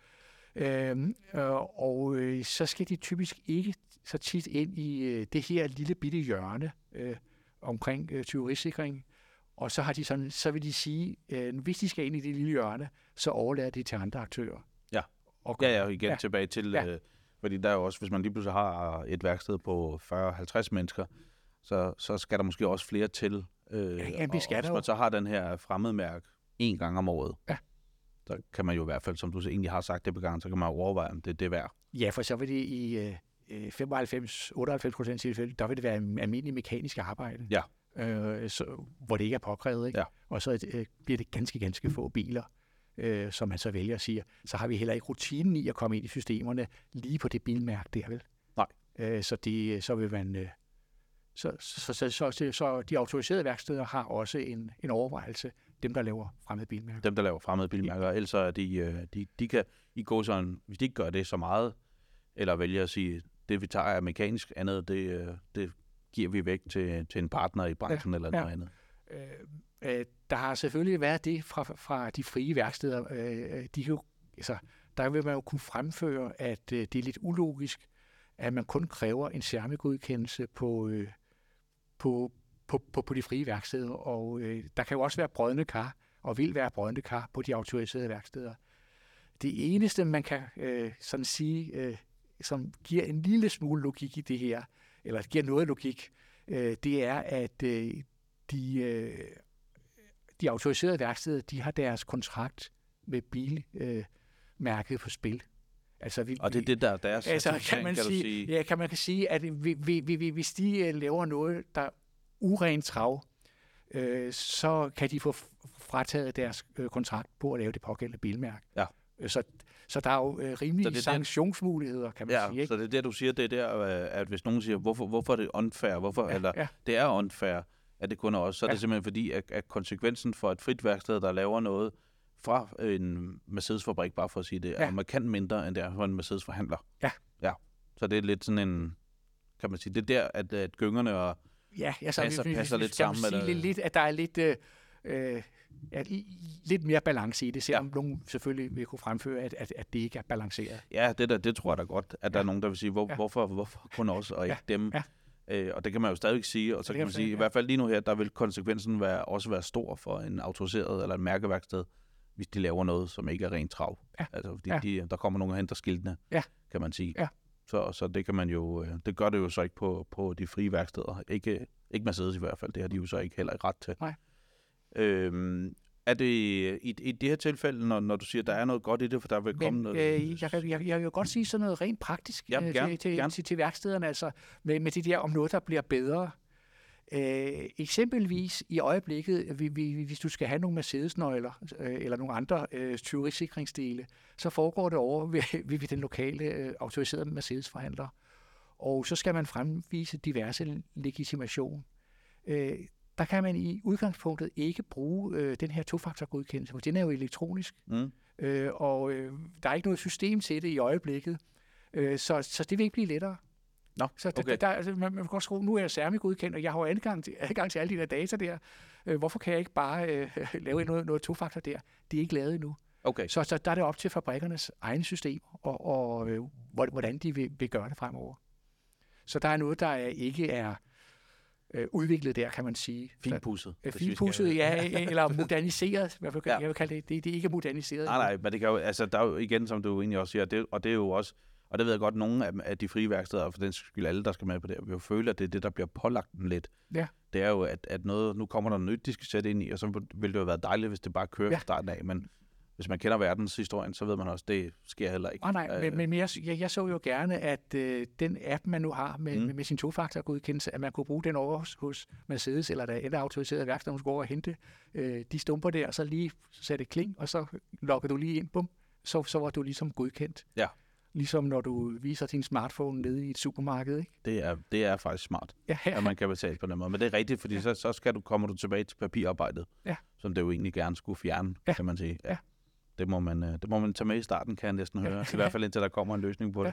så skal de typisk ikke så tit ind i det her lille bitte hjørne omkring tyverisikring. Og så har de sådan, så vil de sige, hvis de skal ind i det lille hjørne, så overlader de til andre aktører. Ja, igen tilbage til, fordi der er jo også, hvis man lige pludselig har et værksted på 40-50 mennesker, så skal der måske også flere til. Hvis man så har den her fremmedmærke 1 gang om året, så kan man jo i hvert fald, som du egentlig har sagt det på gang, så kan man overveje, om det er det værd. Ja, for så vil det i 95-98% tilfælde, der vil det være almindelig mekanisk arbejde. Ja. Hvor det ikke er påkrævet, ikke? Ja. Og så bliver det ganske få biler, som man så vælger at sige, så har vi heller ikke rutinen i at komme ind i systemerne lige på det bilmærke der, vel? Nej. Så vil man... Så de autoriserede værksteder har også en overvejelse, dem der laver fremmede bilmærker. Dem der laver fremmede bilmærker, ellers er de kan i gå sådan, hvis de ikke gør det så meget, eller vælger at sige, det vi tager er mekanisk, andet det giver vi væk til en partner i branchen eller noget andet. Der har selvfølgelig været det fra de frie værksteder. Der vil man jo kunne fremføre, at det er lidt ulogisk, at man kun kræver en særmegodkendelse på de frie værksteder. Og der kan jo også være brodne kar, og vil være brodne kar på de autoriserede værksteder. Det eneste, man kan sådan sige, som giver en lille smule logik i det her, eller giver noget logik, det er, at de autoriserede værksteder, de har deres kontrakt med bilmærket på spil. Altså, og det er det, der er deres kan sige. Ja, kan man sige, at hvis de laver noget, der er urent trav, så kan de få frataget deres kontrakt på at lave det pågældende bilmærke. Ja. Så der er jo rimelige sanktionsmuligheder, kan man sige. Ikke? Så det er det, du siger, det er der, at hvis nogen siger, hvorfor er det unfair? Det er unfair, at det kun er os, så er det simpelthen fordi, at konsekvensen for et frit værksted, der laver noget fra en Mercedes-fabrik, bare for at sige det, er markant mindre, end det er for en Mercedes-forhandler. Ja. Ja. Så det er lidt sådan en, kan man sige, det er der, at gyngerne og passer lidt sammen. Kan man sige lidt, at der er lidt mere balance i det, selvom nogen selvfølgelig vil kunne fremføre, at det ikke er balanceret. Ja, det tror jeg da godt, at der er nogen, der vil sige, hvorfor kun os og ikke dem? Og det kan man jo stadigvæk sige, og så kan man sige, i hvert fald lige nu her, der vil konsekvensen også være stor for en autoriseret eller et mærkeværksted, hvis de laver noget, som ikke er rent trav. Ja. Altså, fordi der kommer nogen og henter skiltene, kan man sige. Ja. Så det kan man jo, det gør det jo så ikke på de frie værksteder. Ikke Mercedes i hvert fald, det har de jo så ikke heller ret til. Nej. Er det i det her tilfælde, når du siger, at der er noget godt i det, for der vil komme noget... Jeg vil godt sige sådan noget rent praktisk til værkstederne, altså med det der om noget, der bliver bedre. Eksempelvis i øjeblikket, hvis du skal have nogle Mercedes-nøgler eller nogle andre tyverisikringsdele, så foregår det over ved den lokale autoriserede Mercedes-forhandler. Og så skal man fremvise diverse legitimation. Der kan man i udgangspunktet ikke bruge den her tofaktorgodkendelse, for den er jo elektronisk. Og der er ikke noget system til det i øjeblikket, så det vil ikke blive lettere. No, okay. Altså, man kan godt skrive, nu er jeg CERMI-godkendt, og jeg har adgang til alle de der data der. Hvorfor kan jeg ikke bare lave noget tofaktor der? Det er ikke lavet endnu. Okay. Så der er det op til fabrikkernes egne system, og hvordan de vil gøre det fremover. Så der er noget, der ikke er udviklet der, kan man sige. Finpudset. Finpudset, ja, eller moderniseret. Jeg vil kalde det. Det er ikke moderniseret. Nej, men det kan jo, altså, der er jo igen, som du egentlig også siger, og det er jo også, og det ved jeg godt, nogle af de frie værksteder, og for den skyld alle, der skal med på det, vil jo føle, at det er det, der bliver pålagt dem lidt. Ja. Det er jo, at noget, nu kommer der noget nyt, de skal sætte ind i, og så ville det jo være dejligt, hvis det bare kører fra starten af, men hvis man kender verdenshistorien, så ved man også, at det sker heller ikke. Nej, men jeg så jo gerne, at den app, man nu har med sin tofaktorgodkendelse, at man kunne bruge den over hos Mercedes, eller der er et autoriseret værksted, man skulle over og hente de stumper der, og så lige sætte kling, og så logger du lige ind, bum, så var du ligesom godkendt. Ja. Ligesom når du viser din smartphone nede i et supermarked, ikke? Det er faktisk smart, at man kan betale på den måde. Men det er rigtigt, fordi så kommer du tilbage til papirarbejdet, som det jo egentlig gerne skulle fjerne, kan man sige. Ja. Det må man tage med i starten, kan jeg næsten høre. I hvert fald indtil der kommer en løsning på det.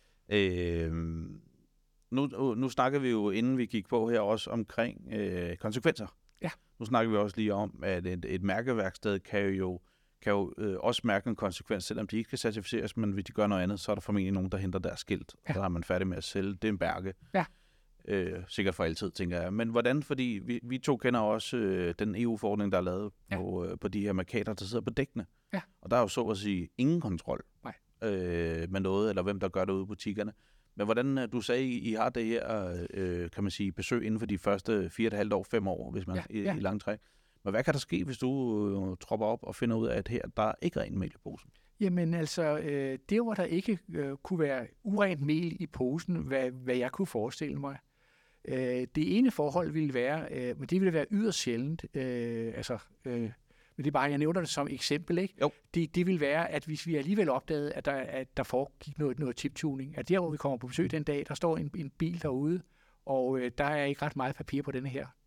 Nu snakker vi jo, inden vi gik på her, også omkring konsekvenser. Ja. Nu snakker vi også lige om, at et mærkeværksted kan jo også mærke en konsekvens, selvom de ikke kan certificeres, men hvis de gør noget andet, så er der formentlig nogen, der henter deres skilt, og så er man færdig med at sælge. Det er en mærke. Ja. Sikkert for altid, tænker jeg. Men hvordan, fordi vi to kender også den EU-forordning, der er lavet på de her markader, der sidder på dækkene. Ja. Og der er jo så at sige ingen kontrol med noget, eller hvem der gør det ude i butikkerne. Men hvordan, du sagde, I har det her, kan man sige, besøg inden for de første 4,5 år, 5 år, hvis man i lang træk. Men hvad kan der ske, hvis du tropper op og finder ud af, at her der ikke er ren mel i posen? Jamen altså, det hvor der ikke kunne være urent mel i posen, hvad jeg kunne forestille mig. Det ene forhold ville være, men det ville være yderst sjældent, men det er bare, jeg nævner det som eksempel, ikke? Jo. Det vil være, at hvis vi alligevel opdagede, at der foregik noget chiptuning, at der, hvor vi kommer på besøg den dag, der står en bil derude, og der er ikke ret meget papir på denne her.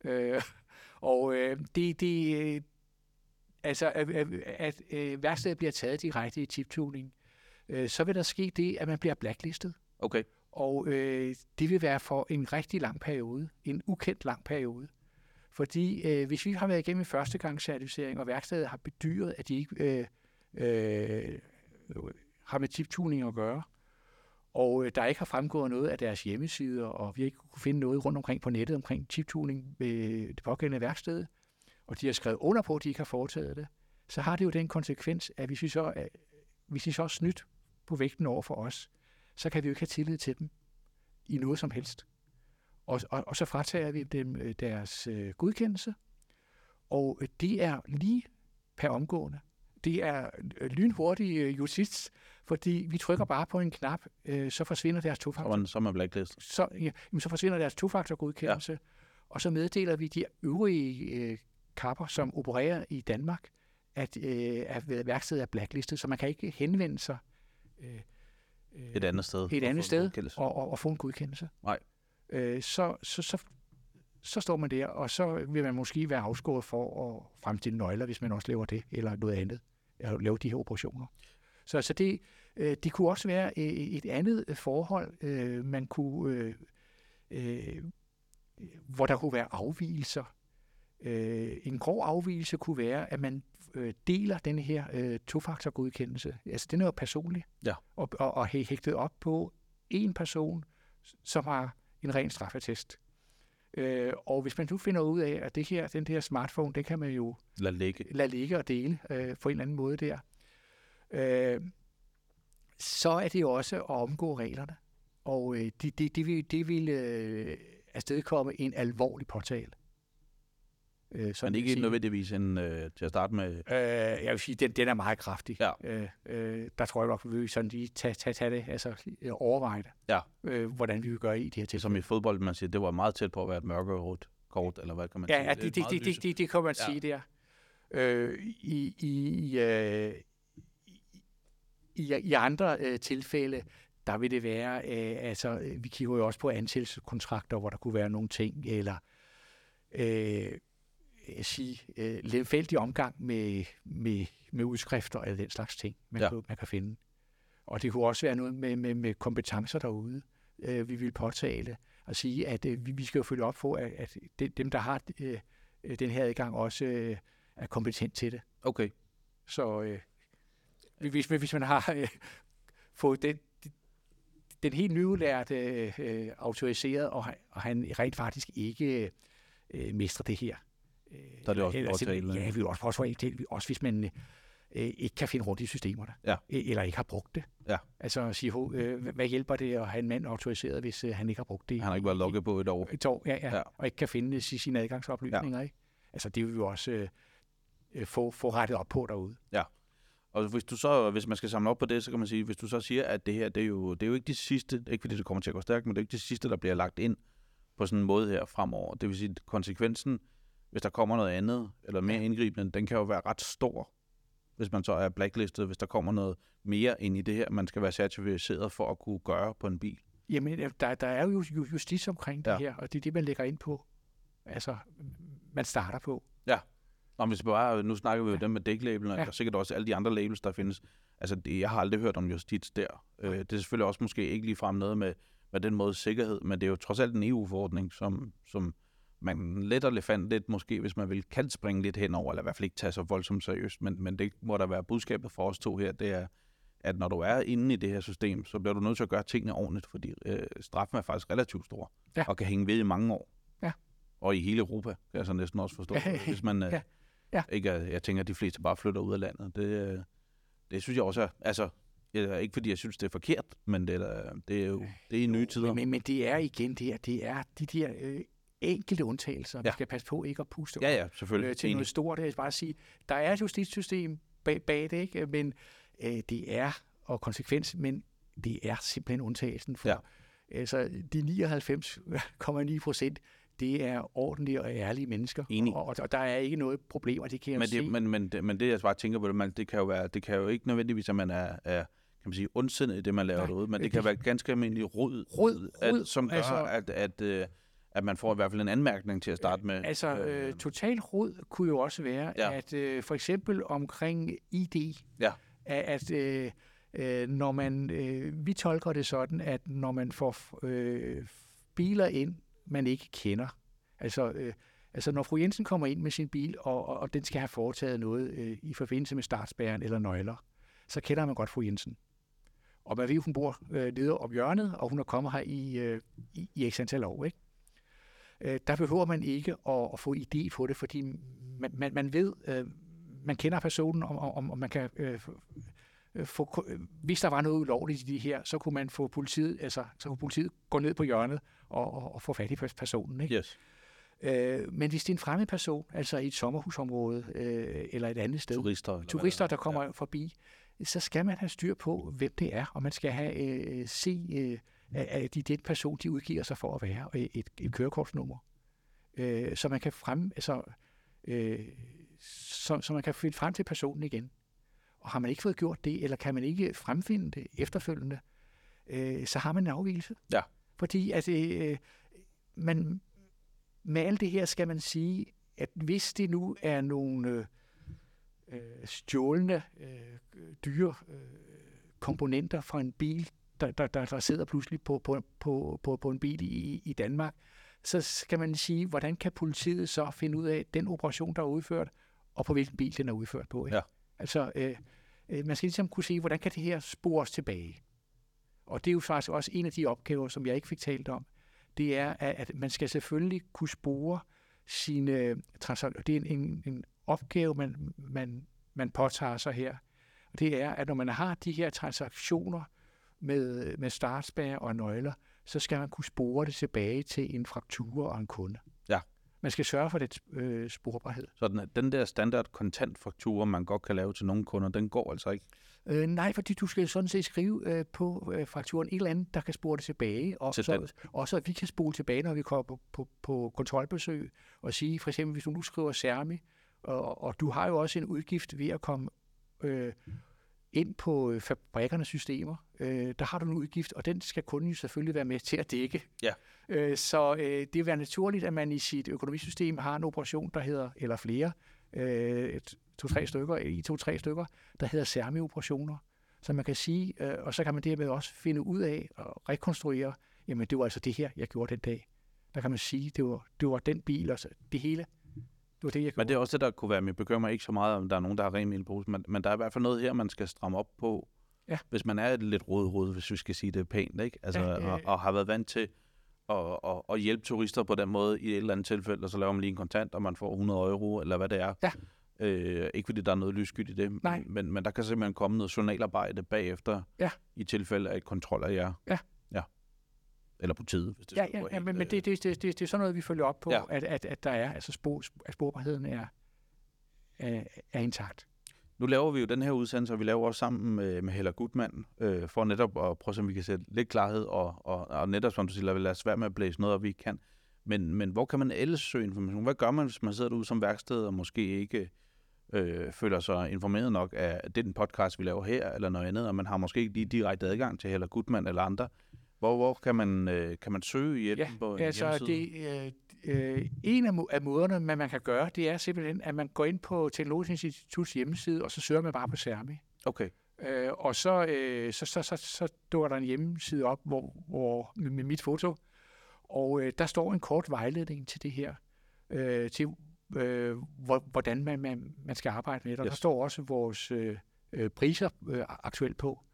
At værkstedet bliver taget direkte i chiptuning, så vil der ske det, at man bliver blacklistet. Okay. Og det vil være for en rigtig lang periode, en ukendt lang periode. Fordi hvis vi har været igennem førstegangscertificering, og værkstedet har bedyret, at de ikke har med chiptuning at gøre, og der ikke har fremgået noget af deres hjemmesider, og vi ikke kunne finde noget rundt omkring på nettet omkring chiptuning ved det pågældende værksted, og de har skrevet under på, at de ikke har foretaget det, så har det jo den konsekvens, at hvis de så er snydt på vægten over for os, så kan vi jo ikke have tillid til dem i noget som helst. Og så fratager vi dem deres godkendelse, og det er lige per omgående. Det er lynhurtig justits, fordi vi trykker bare på en knap, så forsvinder deres tofaktor. Så er man blacklist. Så forsvinder deres tofaktorgodkendelse, og så meddeler vi de øvrige kapper, som opererer i Danmark, at værkstedet er blacklistet, så man kan ikke henvende sig et andet sted og få en godkendelse. Nej. Så så står man der, og så vil man måske være afskåret for at fremstille nøgler, hvis man også laver det, eller noget andet, at lave de her operationer. Så det kunne også være et andet forhold, man kunne, hvor der kunne være afvigelser. En grov afvigelse kunne være, at man deler den her tofaktorgodkendelse. Altså, den er jo personlig. Ja. Og hægtet op på en person, som har en ren straffetest. Og hvis man nu finder ud af, at den her smartphone, det kan man jo lade ligge og dele på en eller anden måde der, så er det jo også at omgå reglerne. Og det vil afstedkomme en alvorlig påtale. Men ikke nødvendigvis en til at starte med? Jeg vil sige, den er meget kraftig. Ja. Der tror jeg nok, vi vil sådan lige tage det, altså overveje det, hvordan vi vil gøre i det her tilfælde. Som i fodbold, man siger, det var meget tæt på at være et mørkerødt kort, eller hvad kan man sige? Ja, det kan man sige der. I andre tilfælde, der vil det være, vi kigger jo også på ansættelseskontrakter, hvor der kunne være nogle ting, eller lemfældig omgang med udskrifter eller den slags ting, man kan finde. Og det kunne også være noget med kompetencer derude, vi vil påtale og sige, at vi skal jo følge op på, at dem, der har den her adgang, også er kompetent til det. Okay. Så hvis man har fået den helt nyudlærte autoriseret, og han rent faktisk ikke mestrer det her. Så er det også påtale. Ja, vi vil også påtale, også hvis man ikke kan finde rundt i systemerne, eller ikke har brugt det. Ja. Altså at sige, hvad hjælper det at have en mand autoriseret, hvis han ikke har brugt det? Han har ikke været logget på et år. Og ikke kan finde sine adgangsoplysninger. Ikke? Altså det vil vi også få rettet op på derude. Ja. Og hvis man skal samle op på det, så kan man sige, hvis du så siger, at det her, det er jo ikke det sidste, ikke fordi det kommer til at gå stærkt, men det er ikke det sidste, der bliver lagt ind på sådan en måde her fremover. Det vil sige, at konsekvensen, hvis der kommer noget andet, eller mere indgribende, den kan jo være ret stor, hvis man så er blacklistet, hvis der kommer noget mere ind i det her, man skal være certificeret for at kunne gøre på en bil. Jamen, der er jo justits omkring det her, og det er det, man lægger ind på. Altså, man starter på. Ja. Og hvis bare, nu snakker vi jo dem med dæklabelerne, og sikkert også alle de andre labels, der findes. Altså, jeg har aldrig hørt om justits der. Det er selvfølgelig også måske ikke ligefrem noget med den måde sikkerhed, men det er jo trods alt en EU-forordning, som man let fandt lidt måske, hvis man kan springe lidt henover, eller i hvert fald ikke tage så voldsomt seriøst. Men det må der være budskabet for os to her, det er, at når du er inde i det her system, så bliver du nødt til at gøre tingene ordentligt, fordi straffen er faktisk relativt stor, og kan hænge ved i mange år. Ja. Og i hele Europa, kan jeg så næsten også forstå. Hvis man ikke, jeg tænker, at de fleste bare flytter ud af landet. Det synes jeg også er, altså, ikke fordi jeg synes, det er forkert, men det er i nye tider. Men det er igen det er de der enkelte undtagelser. Vi skal passe på ikke at puste selvfølgelig. Til noget stort. Jeg vil bare sige, der er et justitssystem bag det, ikke? Men det er, og konsekvens, men det er simpelthen undtagelsen. For, altså, de 99,9%, det er ordentlige og ærlige mennesker. Og der er ikke noget problem, og det kan jeg se. Men det, jeg bare tænker på, det kan jo ikke nødvendigvis, at man er kan man sige, ondsindet i det, man laver derude, men det kan være ganske almindelig rod, som gør, at man får i hvert fald en anmærkning til at starte med. Altså, total rod kunne jo også være, at for eksempel omkring ID, at når man, vi tolker det sådan, at når man får biler ind, man ikke kender, altså når fru Jensen kommer ind med sin bil, og den skal have foretaget noget i forbindelse med startspærren eller nøgler, så kender man godt fru Jensen. Og man ved, hun bor nede om hjørnet, og hun er kommet her i x antal år, ikke? Der behøver man ikke at få idé på det, fordi man ved, man kender personen, om man kan få, hvis der var noget ulovligt i de her, så kunne man få politiet, så kunne politiet gå ned på hjørnet og få fat i personen, ikke? Yes. Men hvis det er en fremmed person, altså i et sommerhusområde eller et andet sted, turister der kommer forbi, så skal man have styr på, hvem det er, og man skal have at den person, de udgiver sig for at være et kørekortsnummer, så man kan så man kan finde frem til personen igen. Og har man ikke fået gjort det, eller kan man ikke fremfinde det efterfølgende, så har man en afvigelse. Ja. Fordi man med alt det her skal man sige, at hvis det nu er nogle stjålne, dyre komponenter fra en bil, der sidder pludselig på en bil i Danmark, så skal man sige, hvordan kan politiet så finde ud af den operation, der er udført, og på hvilken bil den er udført på. Ikke? Ja. Altså, man skal ligesom kunne se, hvordan kan det her spores tilbage. Og det er jo faktisk også en af de opgaver, som jeg ikke fik talt om. Det er, at man skal selvfølgelig kunne spore sine transaktioner. Det er en opgave, man påtager sig her. Og det er, at når man har de her transaktioner med startspærre og nøgler, så skal man kunne spore det tilbage til en faktura og en kunde. Ja. Man skal sørge for det sporbarhed. Så den der standard kontantfaktura, man godt kan lave til nogle kunder, den går altså ikke? Nej, fordi du skal sådan set skrive på fakturen et eller andet, der kan spore det tilbage. Også at vi kan spole tilbage, når vi kommer på kontrolbesøg, og sige, for eksempel, hvis du nu skriver Sermi, og du har jo også en udgift ved at komme ind på fabrikkernes systemer, der har du en udgift, og den skal kunden jo selvfølgelig være med til at dække. Ja. Så det vil være naturligt, at man i sit økonomisystem har en operation, der hedder, eller flere, 2-3 stykker, der hedder Sermi-operationer. Så man kan sige, og så kan man dermed også finde ud af og rekonstruere, jamen det var altså det her, jeg gjorde den dag. Der kan man sige, det var den bil, og det hele. Det var det, jeg gjorde. Men det er også det, der kunne være min bekymring. Ikke så meget, om der er nogen, der har ren i pose, men der er i hvert fald noget her, man skal stramme op på, hvis man er lidt rød, hvis vi skal sige det pænt, ikke? Altså, og har været vant til at hjælpe turister på den måde i et eller andet tilfælde, og så laver man lige en kontant, og man får 100 euro, eller hvad det er. Ja. Ikke fordi der er noget lysskyld i det, men der kan simpelthen komme noget journalarbejde bagefter, i tilfælde af et kontrol af jer. Ja. Eller politiet, hvis det skal gå helt. Men det er sådan noget, vi følger op på, at der er, altså sporbarheden er intakt. Nu laver vi jo den her udsendelse, og vi laver også sammen med Hella Gutmann, for netop at prøve, om vi kan sætte lidt klarhed, og netop, som du siger, lade os være med at blæse noget, og vi kan. Men hvor kan man ellers søge information? Hvad gør man, hvis man sidder derude som værksted, og måske ikke føler sig informeret nok af den podcast, vi laver her, eller noget andet, og man har måske ikke lige direkte adgang til Hella Gutmann eller andre? Hvor kan man søge hjælp på en hjemmeside? En af måderne, man kan gøre, det er simpelthen, at man går ind på Teknologisk Instituts hjemmeside, og så søger man bare på Sermi. Okay. Og så dukker der en hjemmeside op, hvor med mit foto, og der står en kort vejledning til det her, til hvordan man skal arbejde med det. Og der står også vores priser aktuelt på.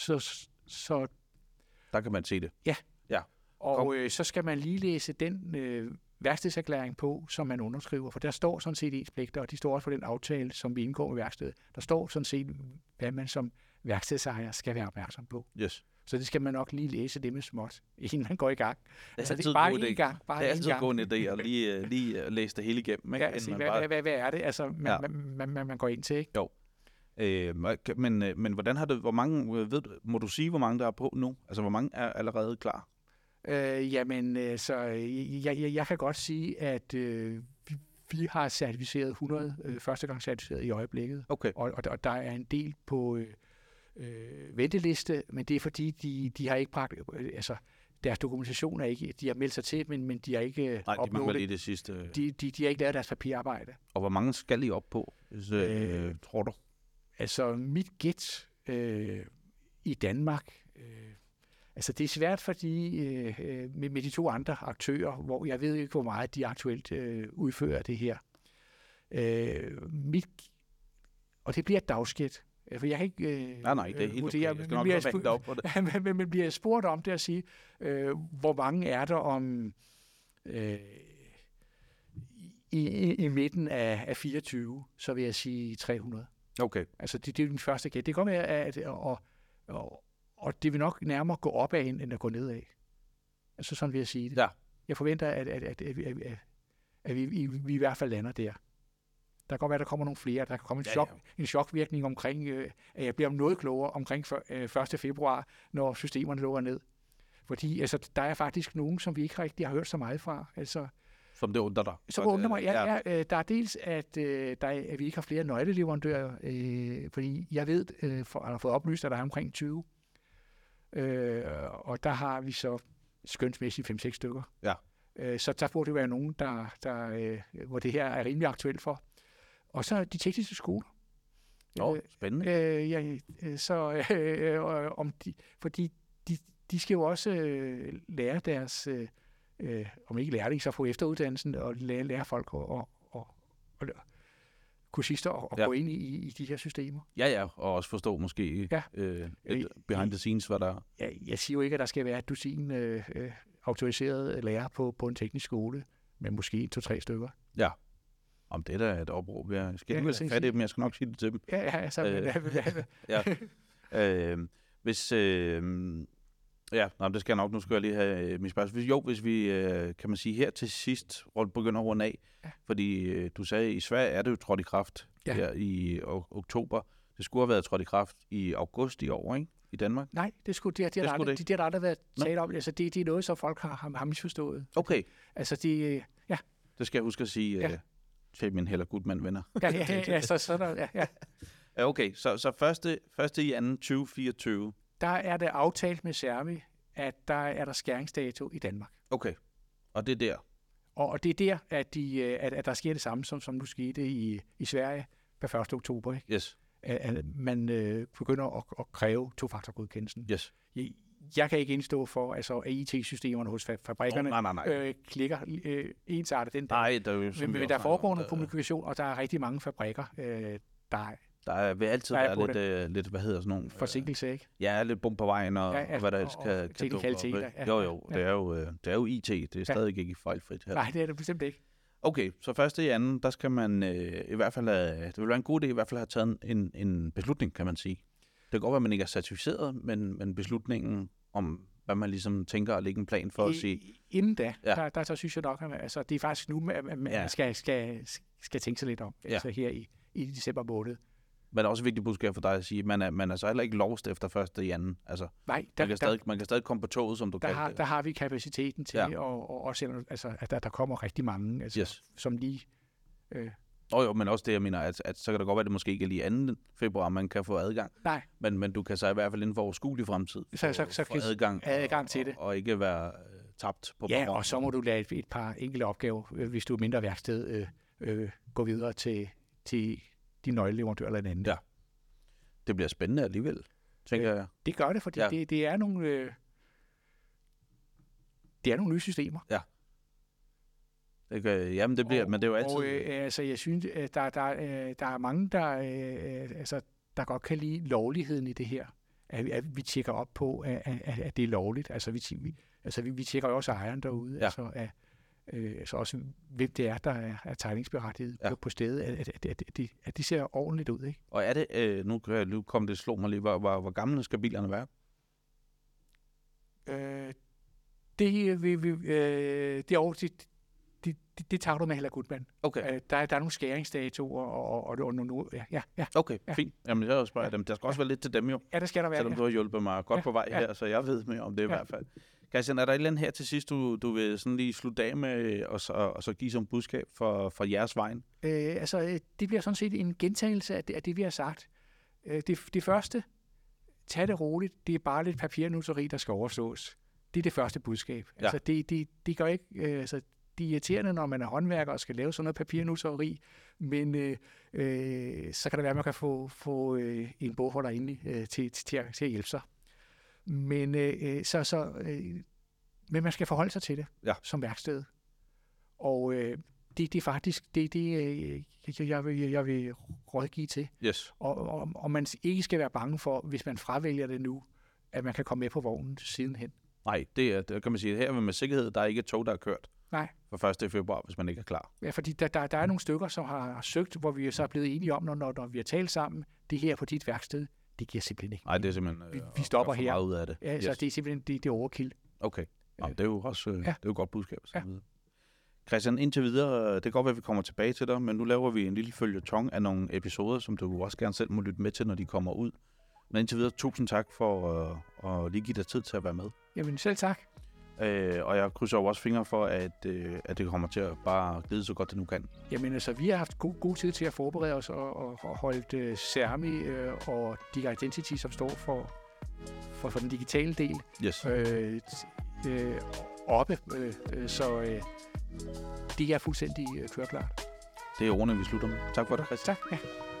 Så der kan man se det. Ja. Og så skal man lige læse den værkstedserklæring på, som man underskriver, for der står sådan set ens pligter, og de står også på den aftale, som vi indgår med værkstedet. Der står sådan set, hvad man som værkstedsejer skal være opmærksom på. Yes. Så det skal man nok lige læse det med småt, inden man går i gang. Det er altid en god idé at lige læse det hele igennem. Ikke? Ja, altså, hvad er det, altså, man går ind til, ikke? Jo. Men hvordan har det, må du sige, hvor mange der er på nu? Altså, hvor mange er allerede klar? Jeg kan godt sige, at vi har certificeret 100 førstegangscertificeret i øjeblikket. Okay. Og der er en del på venteliste, men det er fordi, de har ikke bragt, altså deres dokumentation er ikke, de har meldt sig til, men de har ikke opnået det. Nej, de mangler lige det sidste. De har ikke lavet deres papirarbejde. Og hvor mange skal I op på, tror du? Altså, mit gæt i Danmark, altså det er svært, fordi med de to andre aktører, hvor jeg ved ikke, hvor meget de aktuelt udfører det her. Og det bliver et dagsgæt. For jeg kan ikke nej, det er helt okay. Jeg skal nok vægte op på det. Men bliver spurgt om det at sige, hvor mange er der om i midten af 24, så vil jeg sige 300. Okay. Altså det er den første gæt. Det kan godt være, at og det vil nok nærmere gå opad, end at gå nedad. Altså sådan vil jeg sige det. Ja. Jeg forventer, at vi i hvert fald lander der. Der kan godt være, at der kommer nogle flere. Der kan komme en chokvirkning omkring, at jeg bliver noget klogere omkring 1. februar, når systemerne lukker ned. Fordi altså, der er faktisk nogen, som vi ikke rigtig har hørt så meget fra. Altså, som det undrer dig? Så undrer mig, ja. Der er dels, at vi ikke har flere nøgleleverandører, fordi jeg ved, har fået oplyst, at der er omkring 20. Og der har vi så skønsmæssigt 5-6 stykker. Ja. Så der burde det være nogen, hvor det her er rimelig aktuelt for. Og så de tekniske skoler. Spændende. Fordi de skal jo også lære deres, om ikke lære det, så få efteruddannelsen og lære folk at kursister og gå ind i de her systemer. Ja, og også forstå måske behind the scenes, hvad der er. Jeg siger jo ikke, at der skal være et dusin autoriserede lærere på en teknisk skole, men måske 2-3 stykker. Ja. Om det er da et opråb. Jeg skal ikke have fat i dem, jeg skal nok sige det til dem. Hvis... det skal jeg nok. Nu skal jeg lige have mit spørgsmål. Hvis vi, kan man sige, her til sidst begynder at runde af, fordi du sagde, at i Sverige er det jo trådt i kraft her i oktober. Det skulle have været trådt i kraft i august i år, ikke? I Danmark? Nej, det har der aldrig været talt om. Altså, det er noget, som folk har misforstået. Okay. Altså, det skal jeg huske at sige til mine Hella Gutmann-venner. Okay, så 1. i 2024. Der er det aftalt med Sermi, at der er der skæringsdato i Danmark. Okay, og det er der? Og det er der, at der sker det samme, som nu skete i Sverige per 1. oktober. Ikke? Yes. At man begynder at kræve tofaktorgodkendelsen. Yes. Jeg kan ikke indstå for, at IT-systemerne hos fabrikkerne klikker ensartet den dag. Nej, men der foregår noget kommunikation, og der er rigtig mange fabrikker, der vil altid være lidt, hvad hedder sådan nogle... Forsinkelse, ikke? Ja, lidt bum på vejen, og hvad der ellers kan dukke op. Det er jo IT, det er stadig ikke fejlfrit her. Nej, det er det bestemt ikke. Okay, så 1. i anden, der skal man i hvert fald det vil være en god idé i hvert fald at have taget en beslutning, kan man sige. Det kan godt være, at man ikke er certificeret, men beslutningen om, hvad man ligesom tænker at lægge en plan for at sige... Inden da, der synes jeg nok, at det er faktisk nu, at man skal tænke sig lidt om, altså her i december måned. Men det er også et vigtigt budskab for dig at sige, at man er så heller ikke lost efter 1. i anden. Altså, nej, man kan stadig komme på toget, som du kalder det. Der har vi kapaciteten til, og selvom, altså, at der kommer rigtig mange, altså, som lige... men også det, jeg mener, at så kan det godt være, at det måske ikke er lige 2. februar, man kan få adgang. Nej. Men du kan så i hvert fald inden for overskuelig fremtid få adgang til det. Og ikke være tabt på ja, og så må du lade et par enkelte opgaver, hvis du er mindre værksted, gå videre til de nøgleleverandører eller en anden. Ja. Det bliver spændende alligevel, tænker jeg. Det gør det, fordi det er nogle nye systemer. Ja. Jamen, det bliver, men det er jo altid... Og altså, jeg synes, at der er mange, der godt kan lide lovligheden i det her. At vi tjekker op på, at det er lovligt. Altså, vi tjekker jo også ejeren derude. Ja. Altså også, hvem det er, der er tegningsberettiget på stedet. At det ser ordentligt ud, ikke? Og er det... nu kom det slå mig lige. Hvor gamle skal bilerne være? Det tager du med Hella Gutmann. Okay. Der er nogle skæringsdatoer og nogle... Ja. Okay, fint. Jamen, jeg spørger dem. Der skal også være lidt til dem jo. Ja, det skal der være. Selvom du har hjulpet mig godt på vej her, så jeg ved mere om det i hvert fald. Christian, er der et eller andet her til sidst, du vil sådan lige slutte af med, og så give som budskab for jeres vejen? Det bliver sådan set en gentagelse af det, vi har sagt. Det første, tag det roligt, det er bare lidt papirnusseri, der skal overstås. Det er det første budskab. Ja. Altså, det gør ikke... det er irriterende, når man er håndværker og skal lave sådan noget papirnusseri, men så kan det være, at man kan få en bogholder inde til at hjælpe sig. Men, men man skal forholde sig til det som værksted. Og det er faktisk det, jeg vil rådgive til. Yes. Og man ikke skal være bange for, hvis man fravælger det nu, at man kan komme med på vognen sidenhen. Nej, det kan man sige. Her med sikkerhed, der er ikke et tog, der er kørt. Nej. For 1. februar, hvis man ikke er klar. Ja, fordi der er nogle stykker, som har søgt, hvor vi så er blevet enige om, når vi har talt sammen, det her på dit værksted, det giver simpelthen ikke. Nej, det er simpelthen... Vi stopper her. meget ud af det. Ja, så det er simpelthen det er overkill. Okay. Ja. Det er jo også det er jo godt budskab. Christian, indtil videre, det kan godt være, at vi kommer tilbage til dig, men nu laver vi en lille føljeton af nogle episoder, som du også gerne selv må lytte med til, når de kommer ud. Men indtil videre, tusind tak for at lige give dig tid til at være med. Jamen selv tak. Og jeg krydser jo også fingre for, at det kommer til at bare glide så godt det nu kan. Jamen altså, vi har haft god tid til at forberede os og holdt Sermi og Diga Identity, som står for den digitale del. Yes. oppe, så det er fuldstændig køreklart. Det er ordene, vi slutter med. Tak for det, Christian. Tak. Ja.